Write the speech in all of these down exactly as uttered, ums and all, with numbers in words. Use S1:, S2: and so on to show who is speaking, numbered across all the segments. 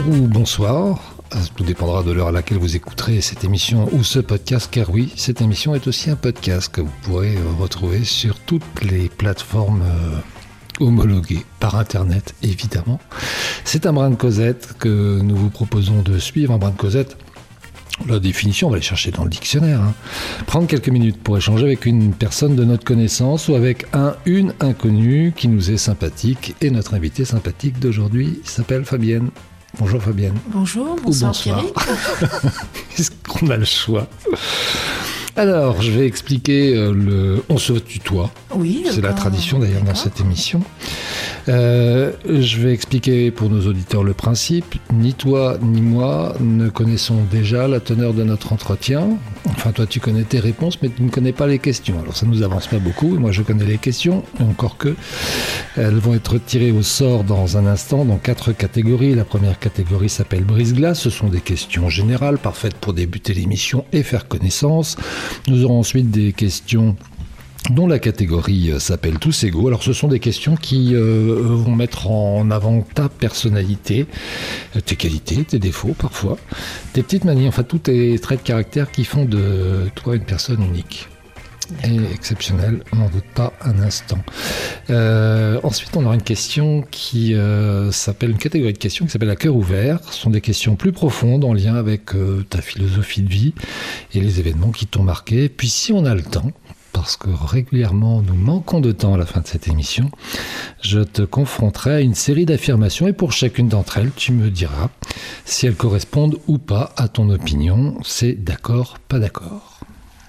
S1: ou bonsoir, tout dépendra de l'heure à laquelle vous écouterez cette émission ou ce podcast, car oui, cette émission est aussi un podcast que vous pourrez retrouver sur toutes les plateformes euh, homologuées, par Internet évidemment. C'est un brin de causette que nous vous proposons de suivre, un brin de causette. La définition, on va aller chercher dans le dictionnaire. Hein. Prendre quelques minutes pour échanger avec une personne de notre connaissance ou avec un, une inconnue qui nous est sympathique. Et notre invitée sympathique d'aujourd'hui s'appelle Fabienne. Bonjour Fabienne.
S2: Bonjour, bonsoir,
S1: bonsoir. Est-ce qu'on a le choix ? Alors, je vais expliquer euh, le... On se tutoie.
S2: Oui.
S1: C'est la
S2: d'accord.
S1: tradition d'ailleurs
S2: D'accord.
S1: dans cette émission. Euh, je vais expliquer pour nos auditeurs le principe. Ni toi ni moi ne connaissons déjà la teneur de notre entretien. Enfin, toi tu connais tes réponses, mais tu ne connais pas les questions. Alors ça ne nous avance pas beaucoup. Moi je connais les questions, et encore que. Elles vont être tirées au sort dans un instant dans quatre catégories. La première catégorie s'appelle brise-glace. Ce sont des questions générales, parfaites pour débuter l'émission et faire connaissance. Nous aurons ensuite des questions dont la catégorie s'appelle Tous égaux. Alors ce sont des questions qui euh, vont mettre en avant ta personnalité, tes qualités, tes défauts parfois, tes petites manies, enfin tous tes traits de caractère qui font de toi une personne unique. Et exceptionnelle, on n'en doute pas un instant. Euh, ensuite, on aura une question qui euh, s'appelle, une catégorie de questions qui s'appelle à cœur ouvert. Ce sont des questions plus profondes en lien avec euh, ta philosophie de vie et les événements qui t'ont marqué. Puis si on a le temps, parce que régulièrement nous manquons de temps à la fin de cette émission, je te confronterai à une série d'affirmations et pour chacune d'entre elles, tu me diras si elles correspondent ou pas à ton opinion. C'est d'accord, pas d'accord.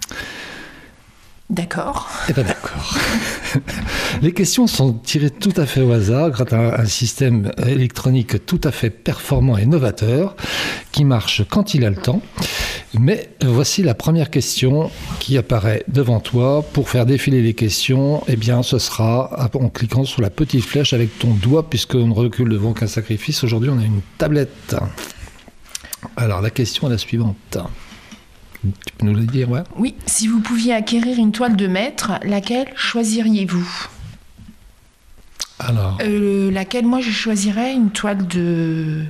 S2: D'accord.
S1: Eh bien d'accord. Les questions sont tirées tout à fait au hasard grâce à un système électronique tout à fait performant et novateur qui marche quand il a le temps. Mais voici la première question qui apparaît devant toi. Pour faire défiler les questions, eh bien, ce sera en cliquant sur la petite flèche avec ton doigt, puisqu'on ne recule devant qu'un sacrifice. Aujourd'hui, on a une tablette. Alors, la question est la suivante. Tu peux nous le dire, ouais ?
S2: Oui, si vous pouviez acquérir une toile de maître, laquelle choisiriez-vous ?
S1: Alors,
S2: euh, Laquelle, moi, je choisirais une toile de...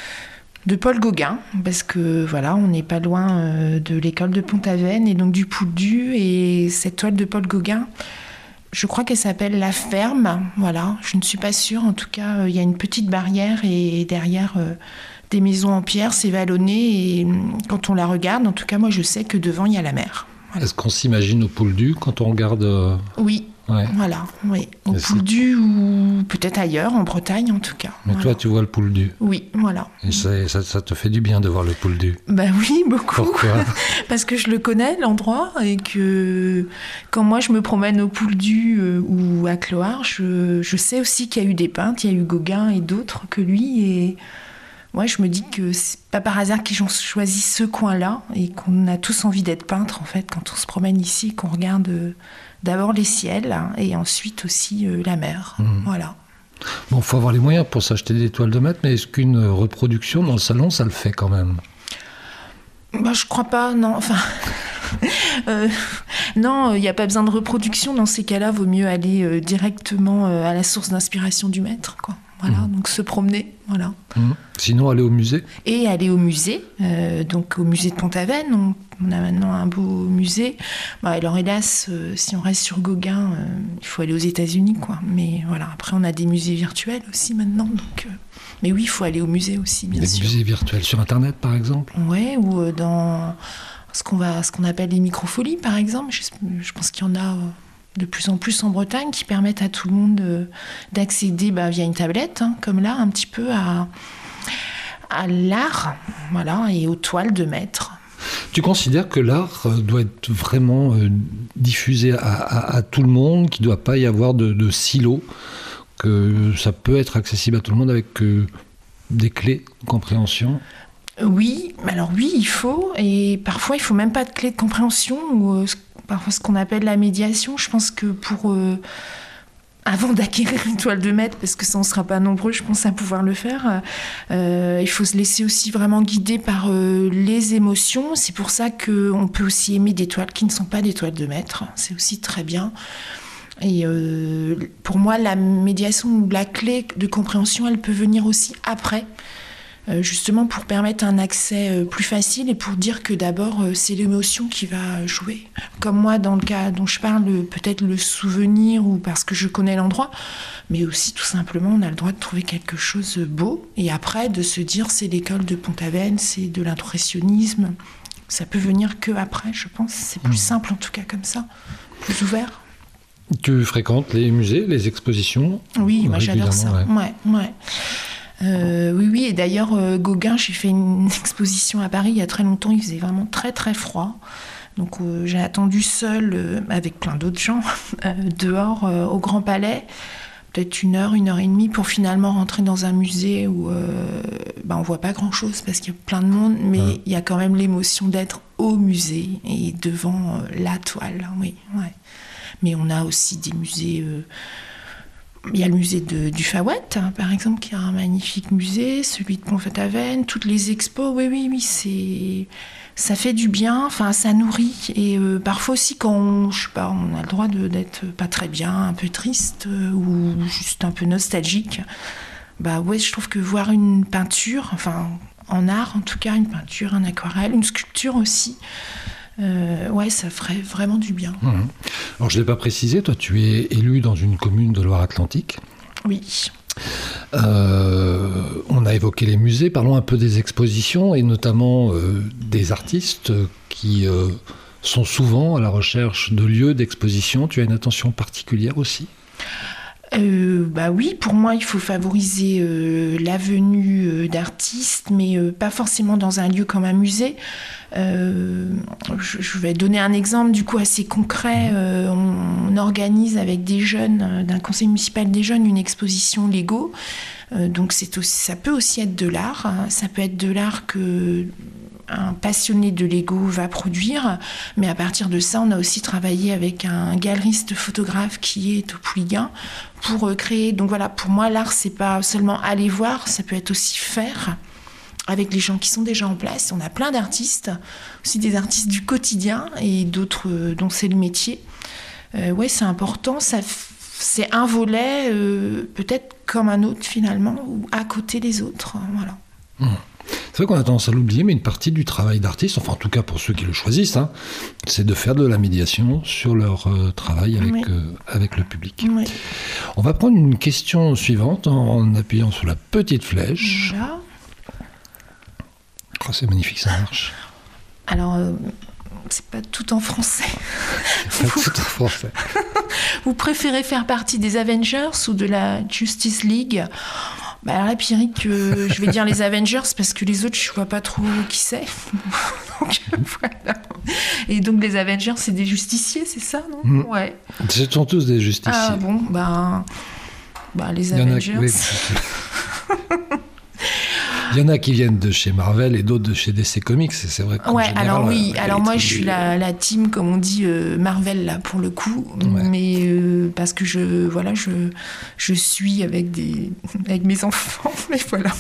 S2: de Paul Gauguin, parce que voilà, on n'est pas loin euh, de l'école de Pont-Aven et donc du Pouldu, et cette toile de Paul Gauguin, je crois qu'elle s'appelle La Ferme, voilà, je ne suis pas sûre, en tout cas, il euh, y a une petite barrière et derrière euh, des maisons en pierre, c'est vallonné, et euh, quand on la regarde, en tout cas, moi je sais que devant il y a la mer. Voilà.
S1: Est-ce qu'on s'imagine au Pouldu quand on regarde euh...
S2: Oui. Ouais. Voilà, oui. Au
S1: Et
S2: Pouldu ou peut-être ailleurs, en Bretagne en tout cas.
S1: Mais
S2: voilà.
S1: toi, tu vois le Pouldu.
S2: Oui, voilà.
S1: Et ça, ça, ça te fait du bien de voir le Pouldu.
S2: Ben oui, beaucoup.
S1: Pourquoi ?
S2: Parce que je le connais, l'endroit, et que quand moi je me promène au Pouldu euh, ou à Clohars, je, je sais aussi qu'il y a eu des peintres, il y a eu Gauguin et d'autres que lui, et moi je me dis que c'est pas par hasard qu'ils ont choisi ce coin-là, et qu'on a tous envie d'être peintre en fait, quand on se promène ici, qu'on regarde... Euh, D'abord les ciels hein, et ensuite aussi euh, la mer. Mmh. Voilà.
S1: Bon, il faut avoir les moyens pour s'acheter des toiles de maître, mais est-ce qu'une reproduction dans le salon, ça le fait quand même ?
S2: Bah, je crois pas, non. Enfin, euh, non, il n'y a pas besoin de reproduction. Dans ces cas-là, vaut mieux aller euh, directement euh, à la source d'inspiration du maître, quoi. Voilà, mmh. Donc se promener, voilà.
S1: Mmh. Sinon, aller au musée ?
S2: Et aller au musée, euh, donc au musée de Pont-Aven, on, on a maintenant un beau musée. Bah, alors hélas, euh, si on reste sur Gauguin, euh, il faut aller aux États-Unis, quoi. Mais voilà, après on a des musées virtuels aussi maintenant, donc... Euh, mais oui, il faut aller au musée aussi, bien
S1: des
S2: sûr. Des
S1: musées virtuels sur Internet, par exemple ?
S2: Ouais, ou euh, dans ce qu'on va, ce qu'on appelle les microfolies, par exemple. Je, je pense qu'il y en a... Euh, de plus en plus en Bretagne, qui permettent à tout le monde de, d'accéder bah, via une tablette, hein, comme là, un petit peu à, à l'art, voilà, et aux toiles de maître.
S1: Tu considères que l'art doit être vraiment euh, diffusé à, à, à tout le monde, qu'il ne doit pas y avoir de, de silo, que ça peut être accessible à tout le monde avec euh, des clés de compréhension ?
S2: Oui, alors oui, il faut, et parfois il ne faut même pas de clé de compréhension, ou euh, parfois ce qu'on appelle la médiation. Je pense que pour, euh, avant d'acquérir une toile de maître, parce que ça on ne sera pas nombreux, je pense, à pouvoir le faire, euh, il faut se laisser aussi vraiment guider par euh, les émotions. C'est pour ça qu'on peut aussi aimer des toiles qui ne sont pas des toiles de maître, c'est aussi très bien. Et euh, pour moi, la médiation ou la clé de compréhension, elle peut venir aussi après. euh, justement pour permettre un accès euh, plus facile et pour dire que d'abord euh, c'est l'émotion qui va jouer. Comme moi dans le cas dont je parle, peut-être le souvenir ou parce que je connais l'endroit, mais aussi tout simplement on a le droit de trouver quelque chose de beau et après de se dire c'est l'école de Pont-Aven, c'est de l'impressionnisme. Ça peut venir que après, je pense. C'est plus mmh. simple en tout cas comme ça, plus ouvert.
S1: Tu fréquentes les musées, les expositions?
S2: Oui, moi j'adore ça. Ouais. Ouais, ouais. Euh, oui, oui. Et d'ailleurs, euh, Gauguin, j'ai fait une exposition à Paris il y a très longtemps. Il faisait vraiment très, très froid. Donc euh, j'ai attendu seule, euh, avec plein d'autres gens, euh, dehors euh, au Grand Palais, peut-être une heure, une heure et demie, pour finalement rentrer dans un musée où euh, ben, on voit pas grand-chose parce qu'il y a plein de monde, mais ouais. il y a quand même l'émotion d'être au musée et devant euh, la toile. Oui, ouais. Mais on a aussi des musées... Euh, il y a le musée de, du Fawet, hein, par exemple, qui est un magnifique musée, celui de Pont-Aven, toutes les expos, oui, oui, oui, c'est... ça fait du bien, enfin, ça nourrit. Et euh, parfois aussi, quand on, je sais pas, on a le droit de, d'être pas très bien, un peu triste euh, ou juste un peu nostalgique, bah ouais, je trouve que voir une peinture, enfin, en art en tout cas, une peinture, un aquarelle, une sculpture aussi, Euh, ouais, ça ferait vraiment du bien.
S1: Mmh. Alors, je ne l'ai pas précisé, toi, tu es élu dans une commune de Loire-Atlantique.
S2: Oui.
S1: Euh, on a évoqué les musées, parlons un peu des expositions et notamment euh, des artistes qui euh, sont souvent à la recherche de lieux d'exposition. Tu as une attention particulière aussi ?
S2: Euh, bah oui, pour moi, il faut favoriser euh, la venue euh, d'artistes, mais euh, pas forcément dans un lieu comme un musée. Euh, je, je vais donner un exemple du coup assez concret. Euh, on, on organise avec des jeunes euh, d'un conseil municipal des jeunes une exposition Lego. Euh, donc c'est aussi, ça peut aussi être de l'art. Hein. Ça peut être de l'art que un passionné de Lego va produire, mais à partir de ça, on a aussi travaillé avec un galeriste photographe qui est au Pouliguen pour créer. Donc voilà, pour moi, l'art, c'est pas seulement aller voir, ça peut être aussi faire avec les gens qui sont déjà en place. On a plein d'artistes, aussi des artistes du quotidien et d'autres euh, dont c'est le métier. Euh, ouais, c'est important. Ça, c'est un volet, euh, peut-être comme un autre finalement, ou à côté des autres. Voilà.
S1: Mmh. C'est vrai qu'on a tendance à l'oublier, mais une partie du travail d'artiste, enfin en tout cas pour ceux qui le choisissent, hein, c'est de faire de la médiation sur leur euh, travail avec, oui. euh, avec le public.
S2: Oui.
S1: On va prendre une question suivante en, en appuyant sur la petite flèche.
S2: Voilà.
S1: Oh, c'est magnifique, ça marche.
S2: Alors, euh, c'est pas tout en français.
S1: C'est pas tout en français.
S2: Vous préférez faire partie des Avengers ou de la Justice League ? Bah alors là, Pierrick, euh, je vais dire les Avengers parce que les autres, je vois pas trop qui c'est. Donc, voilà. Et donc, les Avengers, c'est des justiciers, c'est ça, non ? mmh. Ouais.
S1: Ce sont tous des justiciers.
S2: Ah bon, bah, bah les Avengers.
S1: Il y en a, oui. Il y en a qui viennent de chez Marvel et d'autres de chez D C Comics, c'est vrai qu'en
S2: ouais,
S1: général...
S2: alors oui,
S1: euh,
S2: alors moi je suis la, la team, comme on dit, euh, Marvel, là, pour le coup, ouais. mais euh, parce que je, voilà, je, je suis avec, des, avec mes enfants, mais voilà.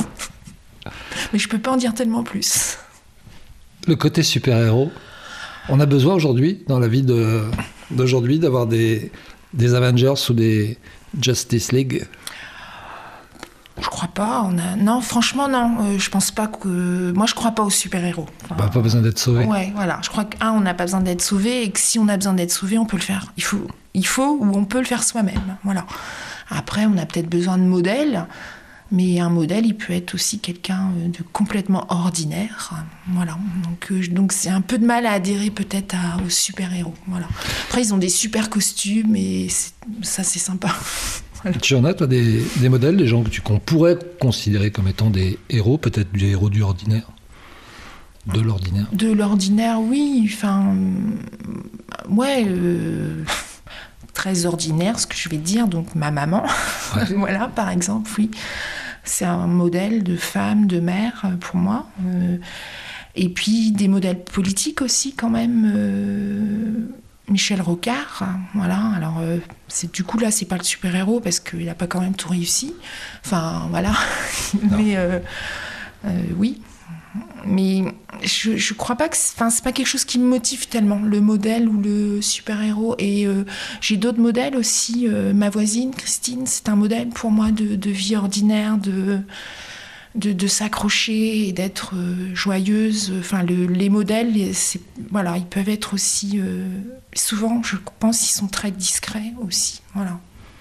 S2: Mais je peux pas en dire tellement plus.
S1: Le côté super-héros, on a besoin aujourd'hui, dans la vie de, d'aujourd'hui, d'avoir des, des Avengers ou des Justice League.
S2: Je crois pas. On a... Non, franchement, non. Euh, je pense pas que... Moi, je crois pas aux super-héros. Enfin,
S1: bah, pas besoin d'être sauvé.
S2: Ouais, voilà. Je crois qu'un, on n'a pas besoin d'être sauvé et que si on a besoin d'être sauvé, on peut le faire. Il faut, il faut ou on peut le faire soi-même. Voilà. Après, on a peut-être besoin de modèles, mais un modèle, il peut être aussi quelqu'un de complètement ordinaire. Voilà. Donc, euh, donc c'est un peu de mal à adhérer peut-être à, aux super-héros. Voilà. Après, ils ont des super costumes et c'est... ça, c'est sympa. Voilà.
S1: Tu en as, toi, des, des modèles, des gens que tu, qu'on pourrait considérer comme étant des héros, peut-être des héros du ordinaire ? De l'ordinaire ?
S2: De l'ordinaire, oui. Enfin, ouais, euh, très ordinaire, ce que je vais dire. Donc, ma maman, ouais. Voilà, par exemple, oui. C'est un modèle de femme, de mère, pour moi. Euh, et puis, des modèles politiques aussi, quand même. Euh, Michel Rocard, voilà. Alors, euh, c'est, du coup, là, c'est pas le super-héros parce qu'il a pas quand même tout réussi. Enfin, voilà. Mais, euh, euh, oui. Mais je, je crois pas que... Enfin, c'est pas quelque chose qui me motive tellement, le modèle ou le super-héros. Et euh, j'ai d'autres modèles aussi. Euh, ma voisine, Christine, c'est un modèle pour moi de, de vie ordinaire, de... de, de s'accrocher et d'être euh, joyeuse. Enfin, le, les modèles, c'est, voilà, ils peuvent être aussi... Euh, souvent, je pense, ils sont très discrets aussi. Voilà.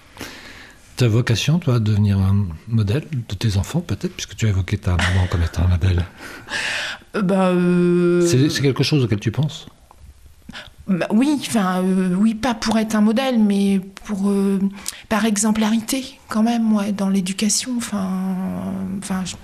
S1: Ta vocation, toi, à devenir un modèle de tes enfants, peut-être, puisque tu as évoqué ta maman comme étant un modèle.
S2: Euh, bah, euh...
S1: c'est, c'est quelque chose auquel tu penses ?
S2: Bah, oui, enfin, euh, oui, pas pour être un modèle, mais pour euh, par exemplarité, quand même, ouais, dans l'éducation. Enfin, enfin, je...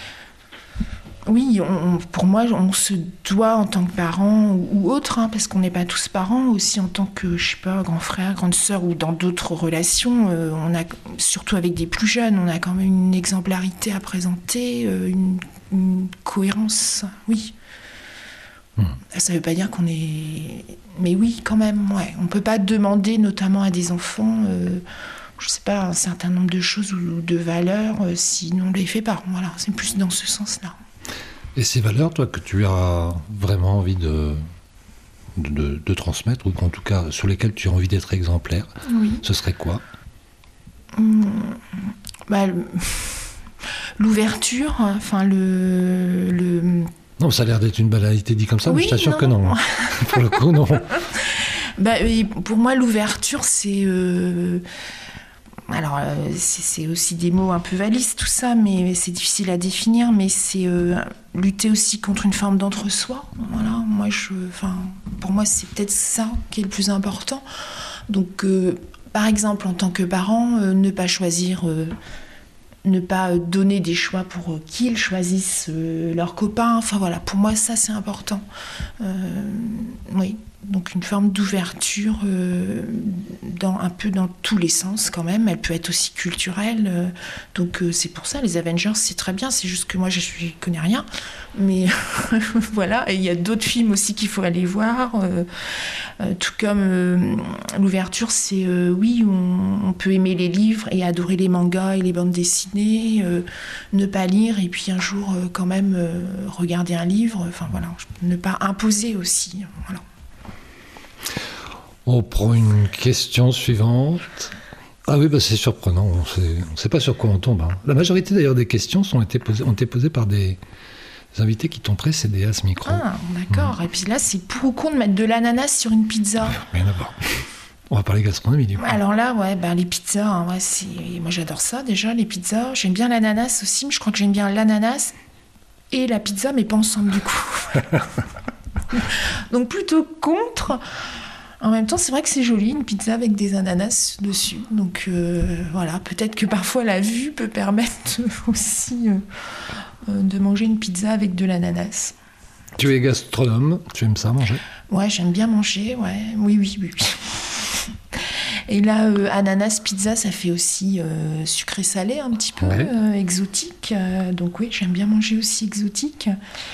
S2: oui, on, pour moi, on se doit en tant que parent ou, ou autre, hein, parce qu'on n'est pas tous parents, aussi en tant que, je sais pas, grand frère, grande sœur ou dans d'autres relations. Euh, on a, surtout avec des plus jeunes, on a quand même une exemplarité à présenter, euh, une, une cohérence, oui. Mmh. Ça ne veut pas dire qu'on est... Mais oui, quand même, ouais. On ne peut pas demander, notamment à des enfants, euh, je ne sais pas, un certain nombre de choses ou de valeurs euh, si on ne les fait pas. Voilà, c'est plus dans ce sens-là.
S1: Et ces valeurs, toi, que tu as vraiment envie de, de, de transmettre, ou en tout cas sur lesquelles tu as envie d'être exemplaire, oui. Ce serait quoi ?
S2: mmh, bah, L'ouverture, enfin le... le
S1: Non, ça a l'air d'être une banalité dit comme ça, oui, mais je t'assure non. que non. Pour le coup, non.
S2: Bah, pour moi, l'ouverture, c'est... Euh... Alors, euh, c'est, c'est aussi des mots un peu valises, tout ça, mais c'est difficile à définir, mais c'est euh, lutter aussi contre une forme d'entre-soi. Voilà, moi, je... Enfin, pour moi, c'est peut-être ça qui est le plus important. Donc, euh, par exemple, en tant que parent, euh, ne pas choisir... Euh, ne pas donner des choix pour qu'ils choisissent leurs copains. Enfin voilà, pour moi, ça, c'est important. Euh, oui, donc une forme d'ouverture euh, dans, un peu dans tous les sens quand même. Elle peut être aussi culturelle. Euh, donc euh, c'est pour ça, les Avengers, c'est très bien. C'est juste que moi, je ne connais rien. Mais voilà, et il y a d'autres films aussi qu'il faut aller voir. Euh, euh, tout comme euh, l'ouverture, c'est euh, oui, on, on peut aimer les livres et adorer les mangas et les bandes dessinées, euh, ne pas lire et puis un jour euh, quand même euh, regarder un livre. Enfin voilà, ne pas imposer aussi. Voilà.
S1: On prend une question suivante. Ah oui, bah c'est surprenant, on ne sait pas sur quoi on tombe. Hein. La majorité d'ailleurs des questions sont été posées, ont été posées par des... Les invités qui t'ont précédé à ce micro.
S2: Ah, d'accord. Mmh. Et puis là, c'est pour ou contre de mettre de l'ananas sur une pizza.
S1: Rien à voir. On va parler gastronomie, du coup.
S2: Alors là, ouais, bah, les pizzas, hein, ouais, c'est... moi j'adore ça déjà, les pizzas. J'aime bien l'ananas aussi, mais je crois que j'aime bien l'ananas et la pizza, mais pas ensemble du coup. Donc plutôt contre. En même temps, c'est vrai que c'est joli, une pizza avec des ananas dessus. Donc euh, voilà, peut-être que parfois la vue peut permettre aussi... Euh, de manger une pizza avec de l'ananas.
S1: Tu es gastronome, tu aimes ça manger ?
S2: Ouais, j'aime bien manger, ouais. Oui, oui, oui. oui. Et là, euh, ananas, pizza, ça fait aussi euh, sucré-salé un petit peu, ouais. euh, exotique. Euh, donc oui, j'aime bien manger aussi exotique.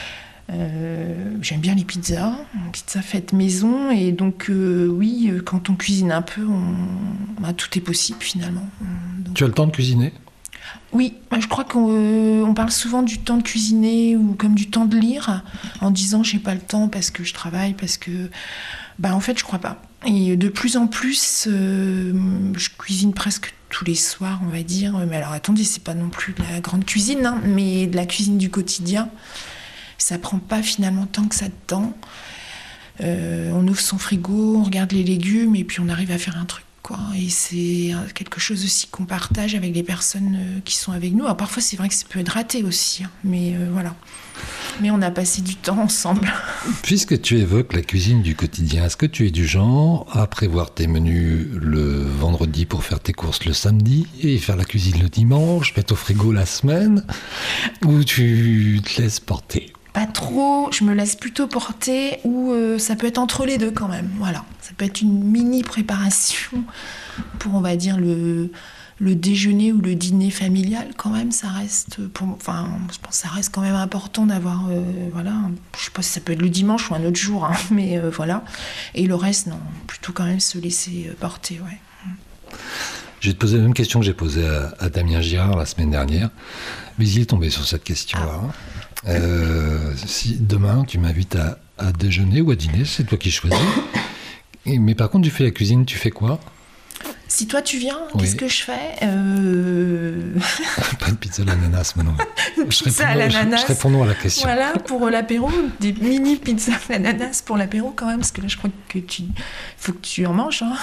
S2: Euh, j'aime bien les pizzas, pizza faite maison. Et donc euh, oui, quand on cuisine un peu, on... bah, tout est possible finalement. Donc...
S1: Tu as le temps de cuisiner ?
S2: Oui, je crois qu'on euh, on parle souvent du temps de cuisiner ou comme du temps de lire, en disant j'ai pas le temps parce que je travaille, parce que... Bah en fait, je crois pas. Et de plus en plus, euh, je cuisine presque tous les soirs, on va dire. Mais alors attendez, c'est pas non plus de la grande cuisine, hein, mais de la cuisine du quotidien. Ça prend pas finalement tant que ça de temps. Euh, on ouvre son frigo, on regarde les légumes et puis on arrive à faire un truc. Quoi. Et c'est quelque chose aussi qu'on partage avec les personnes qui sont avec nous. Alors parfois, c'est vrai que ça peut être raté aussi, hein, mais euh, voilà. Mais on a passé du temps ensemble.
S1: Puisque tu évoques la cuisine du quotidien, est-ce que tu es du genre à prévoir tes menus le vendredi pour faire tes courses le samedi et faire la cuisine le dimanche, mettre au frigo la semaine, ou tu te laisses porter ?
S2: Pas trop, je me laisse plutôt porter, ou euh, ça peut être entre les deux quand même. Voilà, ça peut être une mini préparation pour, on va dire, le, le déjeuner ou le dîner familial quand même. Ça reste, pour, enfin, je pense que ça reste quand même important d'avoir, euh, voilà, je sais pas si ça peut être le dimanche ou un autre jour, hein, mais euh, voilà. Et le reste, non, plutôt quand même se laisser porter, ouais.
S1: Je vais te poser la même question que j'ai posée à, à Damien Girard la semaine dernière, mais il est tombé sur cette question-là. Ah. Euh, si demain tu m'invites à, à déjeuner ou à dîner, c'est toi qui choisis. Et, mais par contre, tu fais la cuisine, tu fais quoi ?
S2: si toi tu viens,
S1: oui.
S2: Qu'est-ce que je fais euh...
S1: Pas de pizza à l'ananas maintenant.
S2: Pizza à l'ananas.
S1: Je réponds à la question.
S2: Voilà, pour l'apéro, des mini pizzas à l'ananas pour l'apéro quand même, parce que là je crois que tu faut que tu en manges. Hein.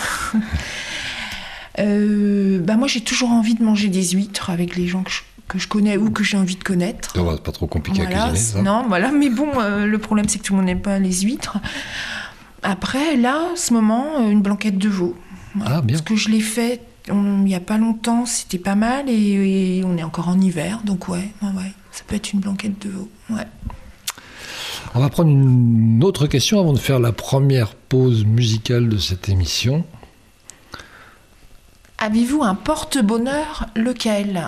S2: euh, bah moi j'ai toujours envie de manger des huîtres avec les gens que je, que je connais ou que j'ai envie de connaître.
S1: Oh, c'est pas trop compliqué
S2: voilà,
S1: à cuisiner ça.
S2: Non, voilà, mais bon, euh, le problème c'est que tout le monde n'aime pas les huîtres. Après, là, en ce moment, une blanquette de veau.
S1: Ah, bien.
S2: Parce que je l'ai fait il n'y a pas longtemps, c'était pas mal, et, et on est encore en hiver, donc ouais, ouais, ouais, ça peut être une blanquette de veau. Ouais.
S1: On va prendre une autre question avant de faire la première pause musicale de cette émission.
S2: Avez-vous un porte-bonheur? Lequel?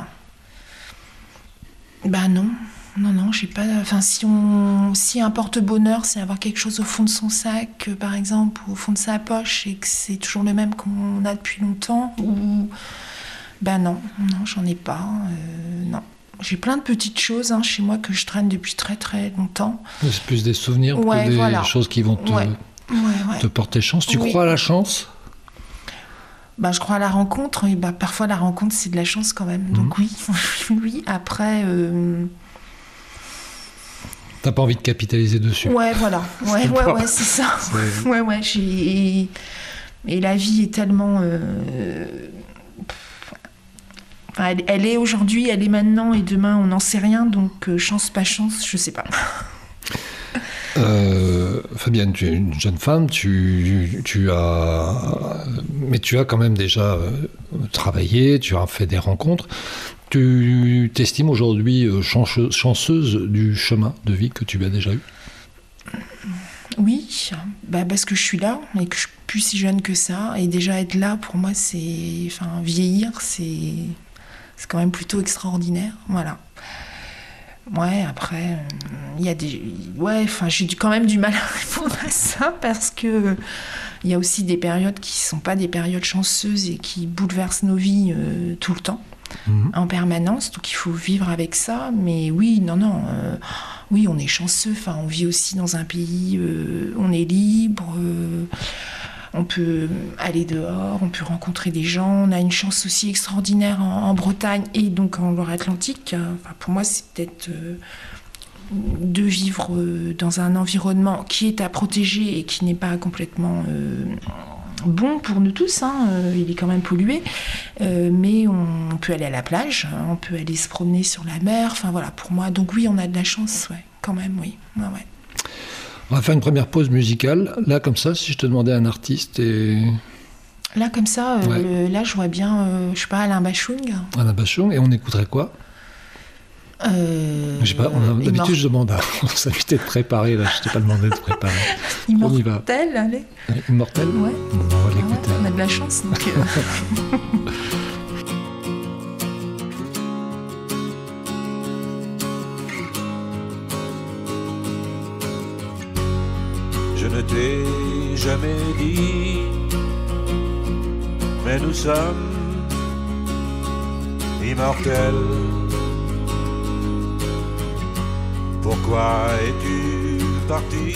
S2: Bah non. Non, non, j'ai pas. Enfin, si on, si un porte-bonheur, c'est avoir quelque chose au fond de son sac, par exemple, ou au fond de sa poche, et que c'est toujours le même qu'on a depuis longtemps, ou. Ben non, non, j'en ai pas. Euh, non. J'ai plein de petites choses hein, chez moi que je traîne depuis très très longtemps.
S1: C'est plus des souvenirs
S2: ouais,
S1: que des
S2: voilà.
S1: choses qui vont te,
S2: ouais. Ouais, ouais.
S1: te porter chance. Tu
S2: oui.
S1: crois à la chance?
S2: Ben, je crois à la rencontre, et ben, parfois la rencontre c'est de la chance quand même. Donc mmh. oui, oui. Après. Euh...
S1: T'as pas envie de capitaliser dessus.
S2: Ouais, voilà. Ouais, ouais, ouais, c'est ça. C'est... Ouais, ouais. J'ai... Et la vie est tellement. Euh... Enfin, elle, elle est aujourd'hui, elle est maintenant, et demain, on n'en sait rien. Donc, euh, chance, pas chance, je sais pas.
S1: Euh, Fabienne, tu es une jeune femme, tu, tu as, mais tu as quand même déjà euh, travaillé, tu as fait des rencontres. Tu t'estimes aujourd'hui chanceuse, chanceuse du chemin de vie que tu as déjà eu?
S2: Oui, bah parce que je suis là et que je suis plus si jeune que ça. Et déjà être là, pour moi, c'est... Enfin, vieillir, c'est, c'est quand même plutôt extraordinaire. Voilà. Ouais, après, il euh, y a des... Ouais, enfin, j'ai quand même du mal à répondre à ça parce que il y a aussi des périodes qui ne sont pas des périodes chanceuses et qui bouleversent nos vies euh, tout le temps. Mmh. En permanence, donc il faut vivre avec ça. Mais oui, non, non, euh, oui, on est chanceux. Enfin, on vit aussi dans un pays, euh, on est libre, euh, on peut aller dehors, on peut rencontrer des gens. On a une chance aussi extraordinaire en, en Bretagne et donc en Loire-Atlantique. Enfin, pour moi, c'est peut-être euh, de vivre euh, dans un environnement qui est à protéger et qui n'est pas complètement euh, bon pour nous tous, hein. Euh, il est quand même pollué, euh, mais on, on peut aller à la plage, hein, on peut aller se promener sur la mer, enfin voilà, pour moi, donc oui, on a de la chance, ouais, quand même, oui. Ouais, ouais.
S1: On va faire une première pause musicale, là comme ça, si je te demandais un artiste et...
S2: Là comme ça, euh, ouais. le, là je vois bien, euh, je sais pas, Alain Bachung.
S1: Alain Bachung, et on écouterait quoi?
S2: Euh,
S1: je sais pas, on a, d'habitude immort... je demande à s'inviter de préparer, là je t'ai pas demandé de préparer.
S2: Immortel, allez.
S1: Immortel?
S2: Ouais.
S1: On va l'écouter.
S2: Ah ouais, on a de la chance. Donc euh...
S3: Je ne t'ai jamais dit, mais nous sommes immortels. Pourquoi es-tu parti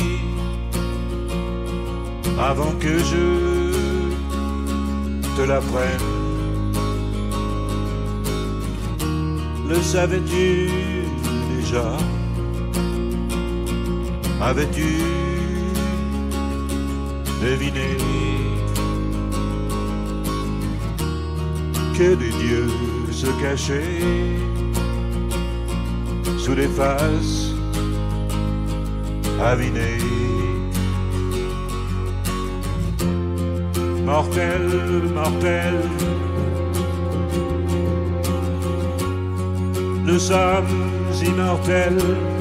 S3: avant que je te l'apprenne? Le savais-tu déjà? Avais-tu deviné que des dieux se cachaient sous les faces aviné, mortel, mortel, nous sommes immortels.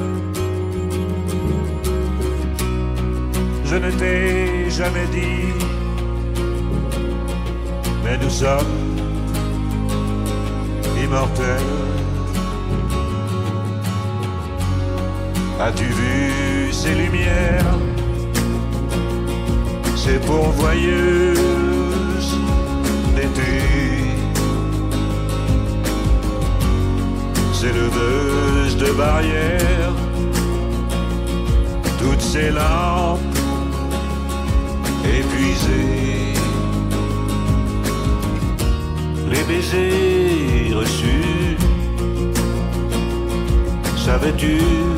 S3: Je ne t'ai jamais dit, mais nous sommes immortels. As-tu vu ces lumières, ces pourvoyeuses d'été, ces leveuses de barrières, toutes ces lampes épuisées? les baisers reçus. Savais-tu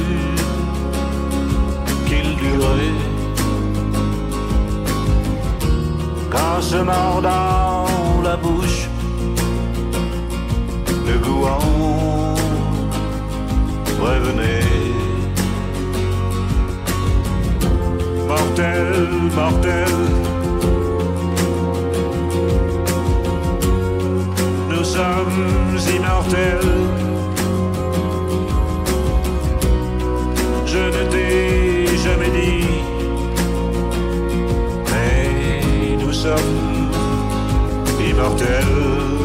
S3: qu'ils duraient qu'en se mordant la bouche, le goût en revenait. Mortel, mortel, nous sommes immortels. Je ne t'ai jamais dit, mais nous sommes immortels.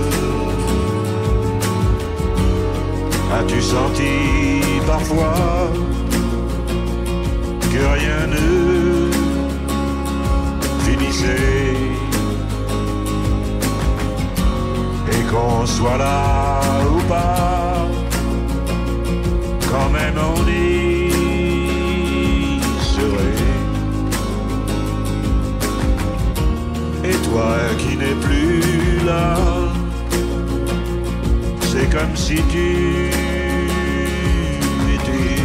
S3: As-tu senti parfois que rien ne finissait et qu'on soit là ou pas, quand même on y serait. Et toi qui n'es plus là, c'est comme si tu étais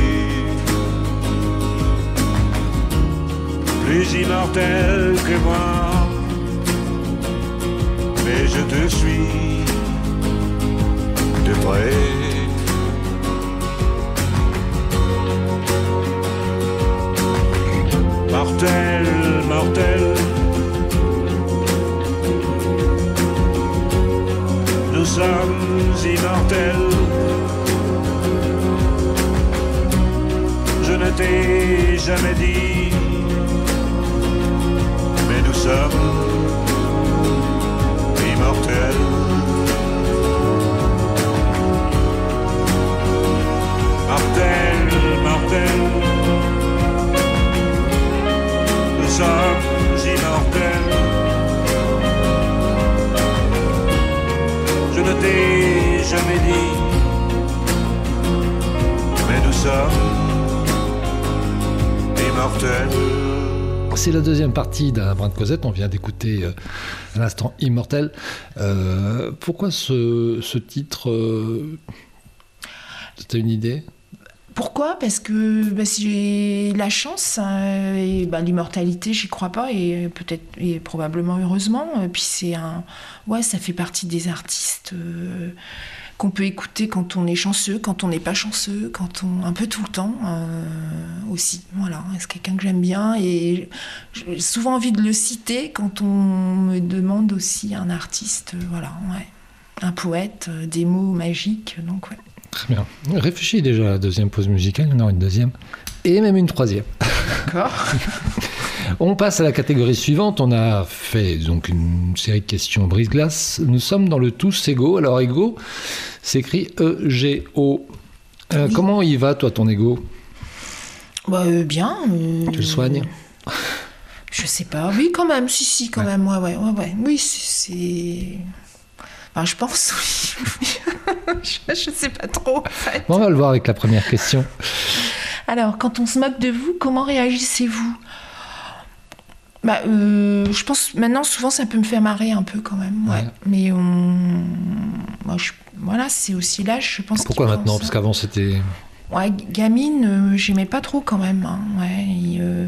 S3: plus immortel que moi, mais je te suis de près. Mortel, mortel, nous sommes immortels. Je ne t'ai jamais dit, mais nous sommes immortels. Mortel, mortel, nous sommes immortels. Je ne t'ai jamais dit, mais nous sommes immortels.
S1: C'est la deuxième partie d'un brin de Cosette. On vient d'écouter euh, à l'instant Immortel. Euh, pourquoi ce, ce titre euh, t'as une idée ?
S2: Pourquoi ? Parce que bah, si j'ai la chance, euh, et bah, l'immortalité, j'y crois pas, et peut-être, et probablement heureusement. Et puis c'est un, ouais, ça fait partie des artistes euh, qu'on peut écouter quand on est chanceux, quand on n'est pas chanceux, quand on, un peu tout le temps euh, aussi. Voilà, c'est quelqu'un que j'aime bien et j'ai souvent envie de le citer quand on me demande aussi un artiste. Euh, voilà, ouais, un poète, euh, des mots magiques, donc ouais.
S1: Très bien. Réfléchis déjà à la deuxième pause musicale. Non, une deuxième. Et même une troisième.
S2: D'accord.
S1: On passe à la catégorie suivante. On a fait donc une série de questions brise-glace. Nous sommes dans le tous égaux. Alors, égaux, s'écrit E G O. Euh, oui. Comment il va, toi, ton ego ?
S2: Bah, euh, bien. Euh...
S1: Tu le soignes ?
S2: Je sais pas. Oui, quand même. Si, si, quand ouais. même. Ouais, ouais, ouais, ouais. Oui, c'est... Enfin, je pense, oui. je, je sais pas trop, en fait.
S1: On va le voir avec la première question.
S2: Alors, quand on se moque de vous, comment réagissez-vous ? Bah, euh, je pense, maintenant, souvent, ça peut me faire marrer un peu, quand même. Ouais. Ouais. Mais on... Moi, je... voilà, c'est aussi l'âge, je pense.
S1: Pourquoi maintenant ? Parce qu'avant, c'était...
S2: Ouais, gamine, euh, j'aimais pas trop, quand même. Hein. Ouais, et, euh...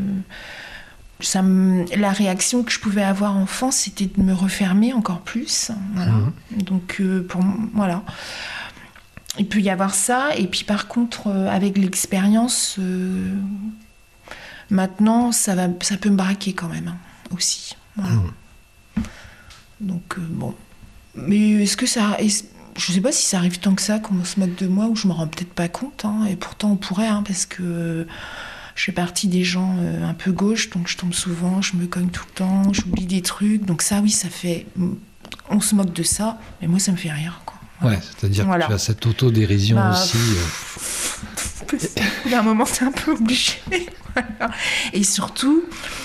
S2: Ça me... La réaction que je pouvais avoir enfant, c'était de me refermer encore plus. Voilà. Mmh. Donc, euh, pour... voilà. Il peut y avoir ça. Et puis, par contre, euh, avec l'expérience, euh... maintenant, ça, va... ça peut me braquer quand même, hein, aussi. Voilà. Mmh. Donc, euh, bon. Mais est-ce que ça... Est-ce... Je sais pas si ça arrive tant que ça, qu'on se moque de moi, ou je m'en rends peut-être pas compte. Hein. Et pourtant, on pourrait, hein, parce que... Je fais partie des gens euh, un peu gauche, donc je tombe souvent, je me cogne tout le temps, j'oublie des trucs. Donc ça, oui, ça fait... On se moque de ça, mais moi, ça me fait rire, quoi. Voilà.
S1: Ouais, c'est-à-dire voilà. Que tu as cette autodérision bah, aussi.
S2: Euh... Il y a un moment, c'est un peu obligé. Voilà. Et surtout,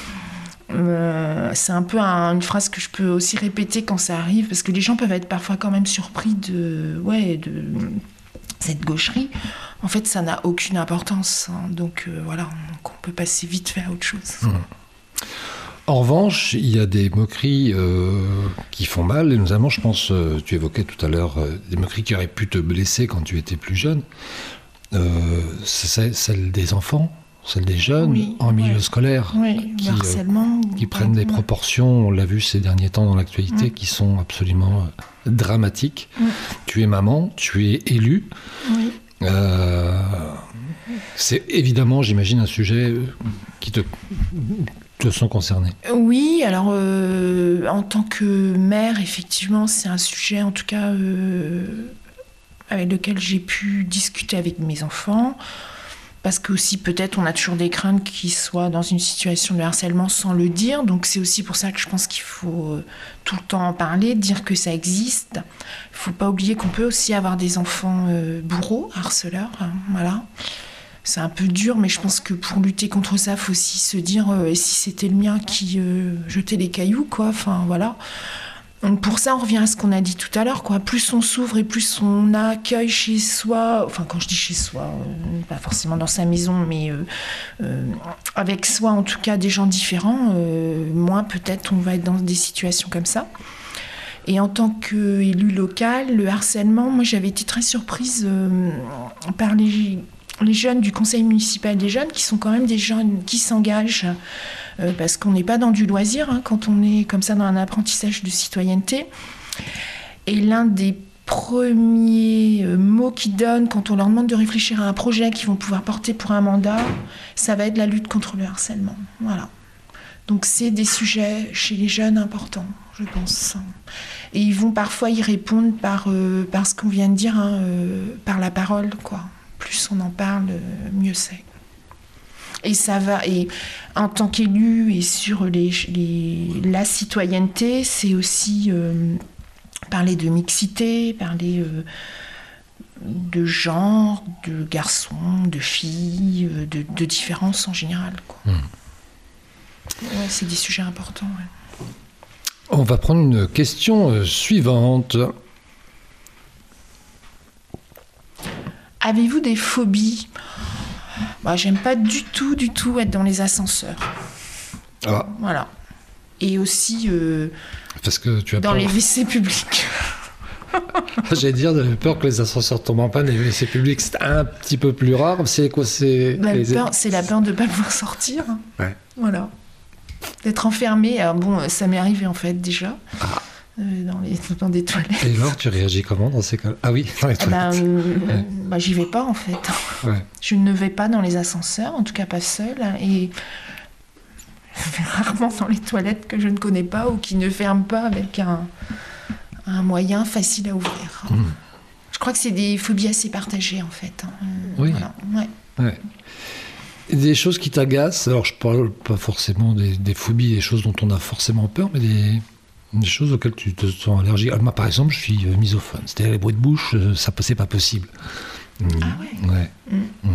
S2: euh, c'est un peu un, une phrase que je peux aussi répéter quand ça arrive, parce que les gens peuvent être parfois quand même surpris de... Ouais, de... cette gaucherie, en fait, ça n'a aucune importance. Hein. Donc, euh, voilà, donc on peut passer vite fait à autre chose. Mmh.
S1: En revanche, il y a des moqueries euh, qui font mal, et notamment, je pense, euh, tu évoquais tout à l'heure, euh, des moqueries qui auraient pu te blesser quand tu étais plus jeune. Euh, c'est celle des enfants, celle des jeunes,
S2: Oui,
S1: en milieu
S2: ouais.
S1: scolaire,
S2: Oui,
S1: qui,
S2: le harcèlement.
S1: euh, qui prennent des
S2: ouais.
S1: proportions, on l'a vu ces derniers temps dans l'actualité,
S2: Mm.
S1: qui sont absolument euh, dramatiques.
S2: Mm.
S1: Tu es maman, tu es élue.
S2: Oui.
S1: Euh, c'est évidemment, j'imagine, un sujet euh, qui te, te sont concernés.
S2: Oui, alors euh, en tant que mère, effectivement, c'est un sujet, en tout cas, euh, avec lequel j'ai pu discuter avec mes enfants. Parce que aussi, peut-être, on a toujours des craintes qu'ils soient dans une situation de harcèlement sans le dire. Donc, c'est aussi pour ça que je pense qu'il faut euh, tout le temps en parler, dire que ça existe. Il ne faut pas oublier qu'on peut aussi avoir des enfants euh, bourreaux, harceleurs. Hein, voilà. C'est un peu dur, mais je pense que pour lutter contre ça, il faut aussi se dire euh, et si c'était le mien qui euh, jetait les cailloux, quoi. Enfin, voilà. Donc pour ça, on revient à ce qu'on a dit tout à l'heure, quoi. Plus on s'ouvre et plus on accueille chez soi, enfin quand je dis chez soi, euh, pas forcément dans sa maison, mais euh, euh, avec soi en tout cas des gens différents, euh, moins peut-être on va être dans des situations comme ça. Et en tant qu'élu local, le harcèlement, moi j'avais été très surprise euh, par les, les jeunes du conseil municipal des jeunes, qui sont quand même des jeunes qui s'engagent. Euh, parce qu'on n'est pas dans du loisir hein, quand on est comme ça dans un apprentissage de citoyenneté. Et l'un des premiers euh, mots qu'ils donnent quand on leur demande de réfléchir à un projet qu'ils vont pouvoir porter pour un mandat, ça va être la lutte contre le harcèlement. Voilà. Donc c'est des sujets chez les jeunes importants, je pense. Et ils vont parfois y répondre par, euh, par ce qu'on vient de dire, hein, euh, par la parole, quoi. Plus on en parle, euh, mieux c'est. Et ça va, et en tant qu'élu et sur les, les, la citoyenneté, c'est aussi euh, parler de mixité, parler euh, de genre, de garçons, de filles, de, de différences en général, quoi. Mmh. Ouais, c'est des sujets importants. Ouais.
S1: On va prendre une question euh, suivante.
S2: Avez-vous des phobies ? Bah, j'aime pas du tout, du tout être dans les ascenseurs.
S1: Ah.
S2: Voilà. Et aussi euh,
S1: Parce que tu as
S2: dans
S1: peur.
S2: les W C publics.
S1: J'allais dire, j'avais peur que les ascenseurs tombent en panne, les W C publics, c'est un petit peu plus rare. C'est quoi c'est,
S2: la
S1: les...
S2: peur, c'est la peur de ne pas pouvoir sortir.
S1: Ouais.
S2: Voilà. D'être enfermé. Alors bon, ça m'est arrivé en fait déjà. Ah. Euh, dans, les, dans des toilettes.
S1: Et alors, tu réagis comment dans ces cas? Ah oui, dans les toilettes.
S2: Eh ben, euh, ouais. bah, j'y vais pas en fait.
S1: Ouais.
S2: Je ne vais pas dans les ascenseurs, en tout cas pas seule. Et je vais rarement dans les toilettes que je ne connais pas ou qui ne ferment pas avec un, un moyen facile à ouvrir. Mmh. Je crois que c'est des phobies assez partagées en fait. Euh,
S1: oui.
S2: Voilà. Ouais.
S1: Ouais. Et des choses qui t'agacent, alors je parle pas forcément des, des phobies, des choses dont on a forcément peur, mais des... Des choses auxquelles tu te sens allergique. Alors moi, par exemple, je suis misophone. C'est-à-dire les bruits de bouche, ça c'est pas possible.
S2: Ah ouais.
S1: Ouais.
S2: Mmh. Mmh.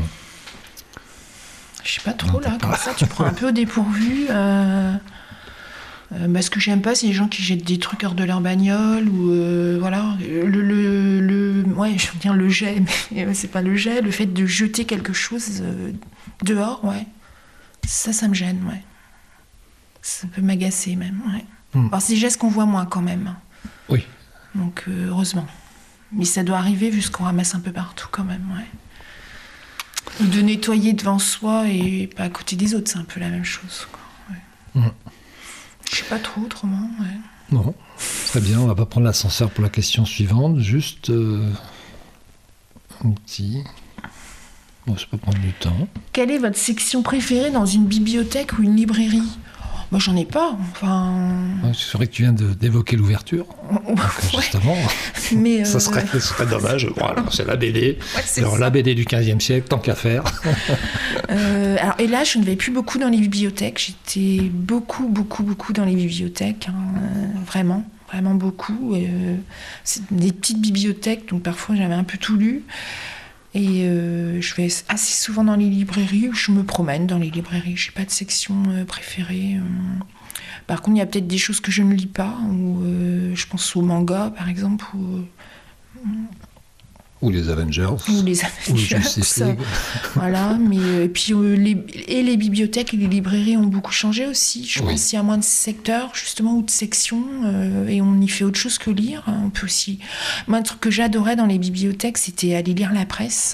S2: Je sais pas trop non, là, comme pas. Ça, tu prends un peu au dépourvu. Euh... Euh, bah, ce que j'aime pas, c'est les gens qui jettent des trucs hors de leur bagnole ou euh, voilà. Le, le, le, ouais, je veux dire le jet, mais euh, c'est pas le jet. Le fait de jeter quelque chose euh, dehors, ouais. Ça, ça me gêne, ouais. Ça peut m'agacer même, ouais. Mmh. Alors, c'est des gestes qu'on voit moins quand même.
S1: Oui.
S2: Donc, euh, heureusement. Mais ça doit arriver vu ce qu'on ramasse un peu partout quand même, ouais. Ou de nettoyer devant soi et pas à côté des autres, c'est un peu la même chose, quoi. Ouais. Mmh. Je sais pas trop autrement, ouais.
S1: Non, très bien. On va pas prendre l'ascenseur pour la question suivante. Juste euh, un petit... Bon, ça peut prendre du temps.
S2: Quelle est votre section préférée dans une bibliothèque ou une librairie ? Moi, j'en ai pas. Enfin...
S1: Ouais, c'est vrai que tu viens de, d'évoquer l'ouverture.
S2: Ouais.
S1: Juste avant.
S2: Mais euh...
S1: ça, serait, ça serait dommage. Bon, alors, c'est la B D.
S2: Ouais, c'est
S1: alors,
S2: ça.
S1: la B D du quinzième siècle, tant qu'à faire.
S2: euh, alors, et là, je ne vais plus beaucoup dans les bibliothèques. J'étais beaucoup, beaucoup, beaucoup dans les bibliothèques. Hein. Euh, vraiment, vraiment beaucoup. Euh, c'est des petites bibliothèques, donc parfois, j'avais un peu tout lu. Et euh, je vais assez souvent dans les librairies, je me promène dans les librairies, je n'ai pas de section euh, préférée. Euh. Par contre, il y a peut-être des choses que je ne lis pas, ou euh, je pense au manga par exemple, ou, euh,
S1: Ou les Avengers.
S2: Ou les
S1: Ou
S2: Avengers.
S1: Justice League.
S2: Voilà, mais et puis euh, les, et les bibliothèques et les librairies ont beaucoup changé aussi. Je
S1: Oui.
S2: pense qu'il y a moins de secteurs, justement, ou de sections, euh, et on y fait autre chose que lire. On peut aussi... Moi, un truc que j'adorais dans les bibliothèques, c'était aller lire la presse.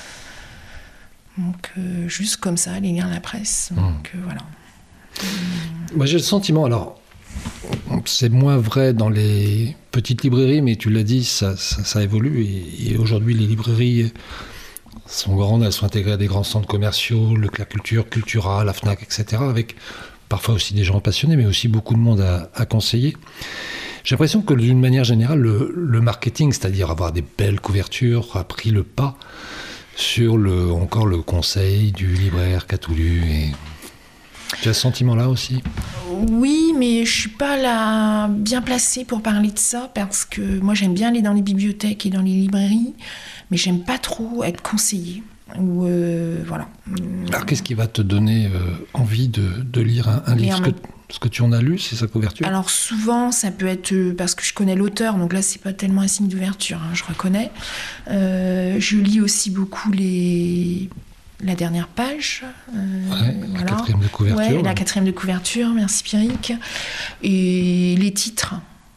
S2: Donc, euh, juste comme ça, aller lire la presse. Donc, euh, voilà.
S1: Moi, j'ai le sentiment, alors, c'est moins vrai dans les petites librairies, mais tu l'as dit, ça, ça, ça évolue. Et, et aujourd'hui, les librairies sont grandes, elles sont intégrées à des grands centres commerciaux, Leclerc Culture, Cultura, la Fnac, et cetera, avec parfois aussi des gens passionnés, mais aussi beaucoup de monde à, à conseiller. J'ai l'impression que d'une manière générale, le, le marketing, c'est-à-dire avoir des belles couvertures, a pris le pas sur le, encore le conseil du libraire qui a tout lu. Et... Tu as ce sentiment-là aussi ?
S2: Oui, mais je suis pas là bien placée pour parler de ça parce que moi j'aime bien aller dans les bibliothèques et dans les librairies, mais j'aime pas trop être conseillée. Ou euh, voilà.
S1: Alors qu'est-ce qui va te donner euh, envie de, de lire un, un livre ? Ce que, ce que tu en as lu, c'est sa couverture ?
S2: Alors souvent, ça peut être euh, parce que je connais l'auteur, donc là c'est pas tellement un signe d'ouverture, hein, je reconnais. Euh, je lis aussi beaucoup les... la dernière page. Euh,
S1: ouais, la
S2: voilà.
S1: quatrième de couverture.
S2: Ouais, la quatrième de couverture, merci Pierrick. Et les titres.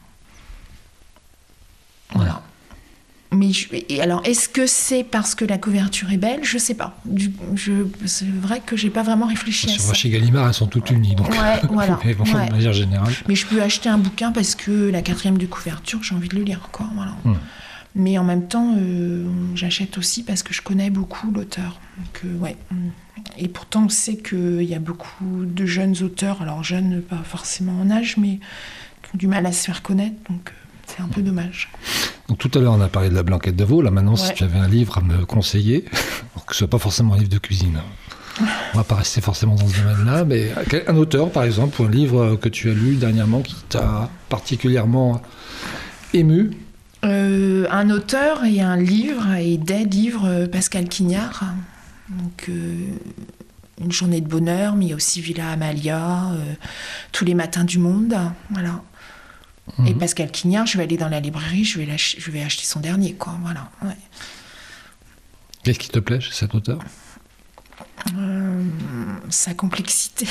S2: Voilà. Ouais. Mais je, et alors, est-ce que c'est parce que la couverture est belle ? Je sais pas. Du, je, c'est vrai que j'ai pas vraiment réfléchi
S1: Sur
S2: à ça.
S1: Chez Gallimard, elles sont toutes unies, donc.
S2: Ouais, voilà.
S1: Mais bon,
S2: ouais.
S1: de manière générale.
S2: Mais je peux acheter un bouquin parce que la quatrième de couverture, j'ai envie de le lire, quoi. Voilà. Hum. Mais en même temps, euh, j'achète aussi parce que je connais beaucoup l'auteur. Donc, euh, ouais. Et pourtant, on sait qu'il y a beaucoup de jeunes auteurs, alors jeunes, pas forcément en âge, mais qui ont du mal à se faire connaître. Donc, c'est un peu dommage.
S1: Donc, tout à l'heure, on a parlé de la Blanquette de Veau. Là, maintenant, ouais. Si tu avais un livre à me conseiller, que ce soit pas forcément un livre de cuisine, on va pas rester forcément dans ce domaine-là, mais un auteur, par exemple, ou un livre que tu as lu dernièrement qui t'a particulièrement ému.
S2: Euh, un auteur et un livre, et des livres, Pascal Quignard. Donc, euh, Une journée de bonheur, mais il y a aussi Villa Amalia, euh, Tous les matins du monde. Voilà. Mmh. Et Pascal Quignard, je vais aller dans la librairie, je vais, lâcher, je vais acheter son dernier, quoi. Voilà. Ouais.
S1: Qu'est-ce qui te plaît chez cet auteur ?
S2: euh, Sa complexité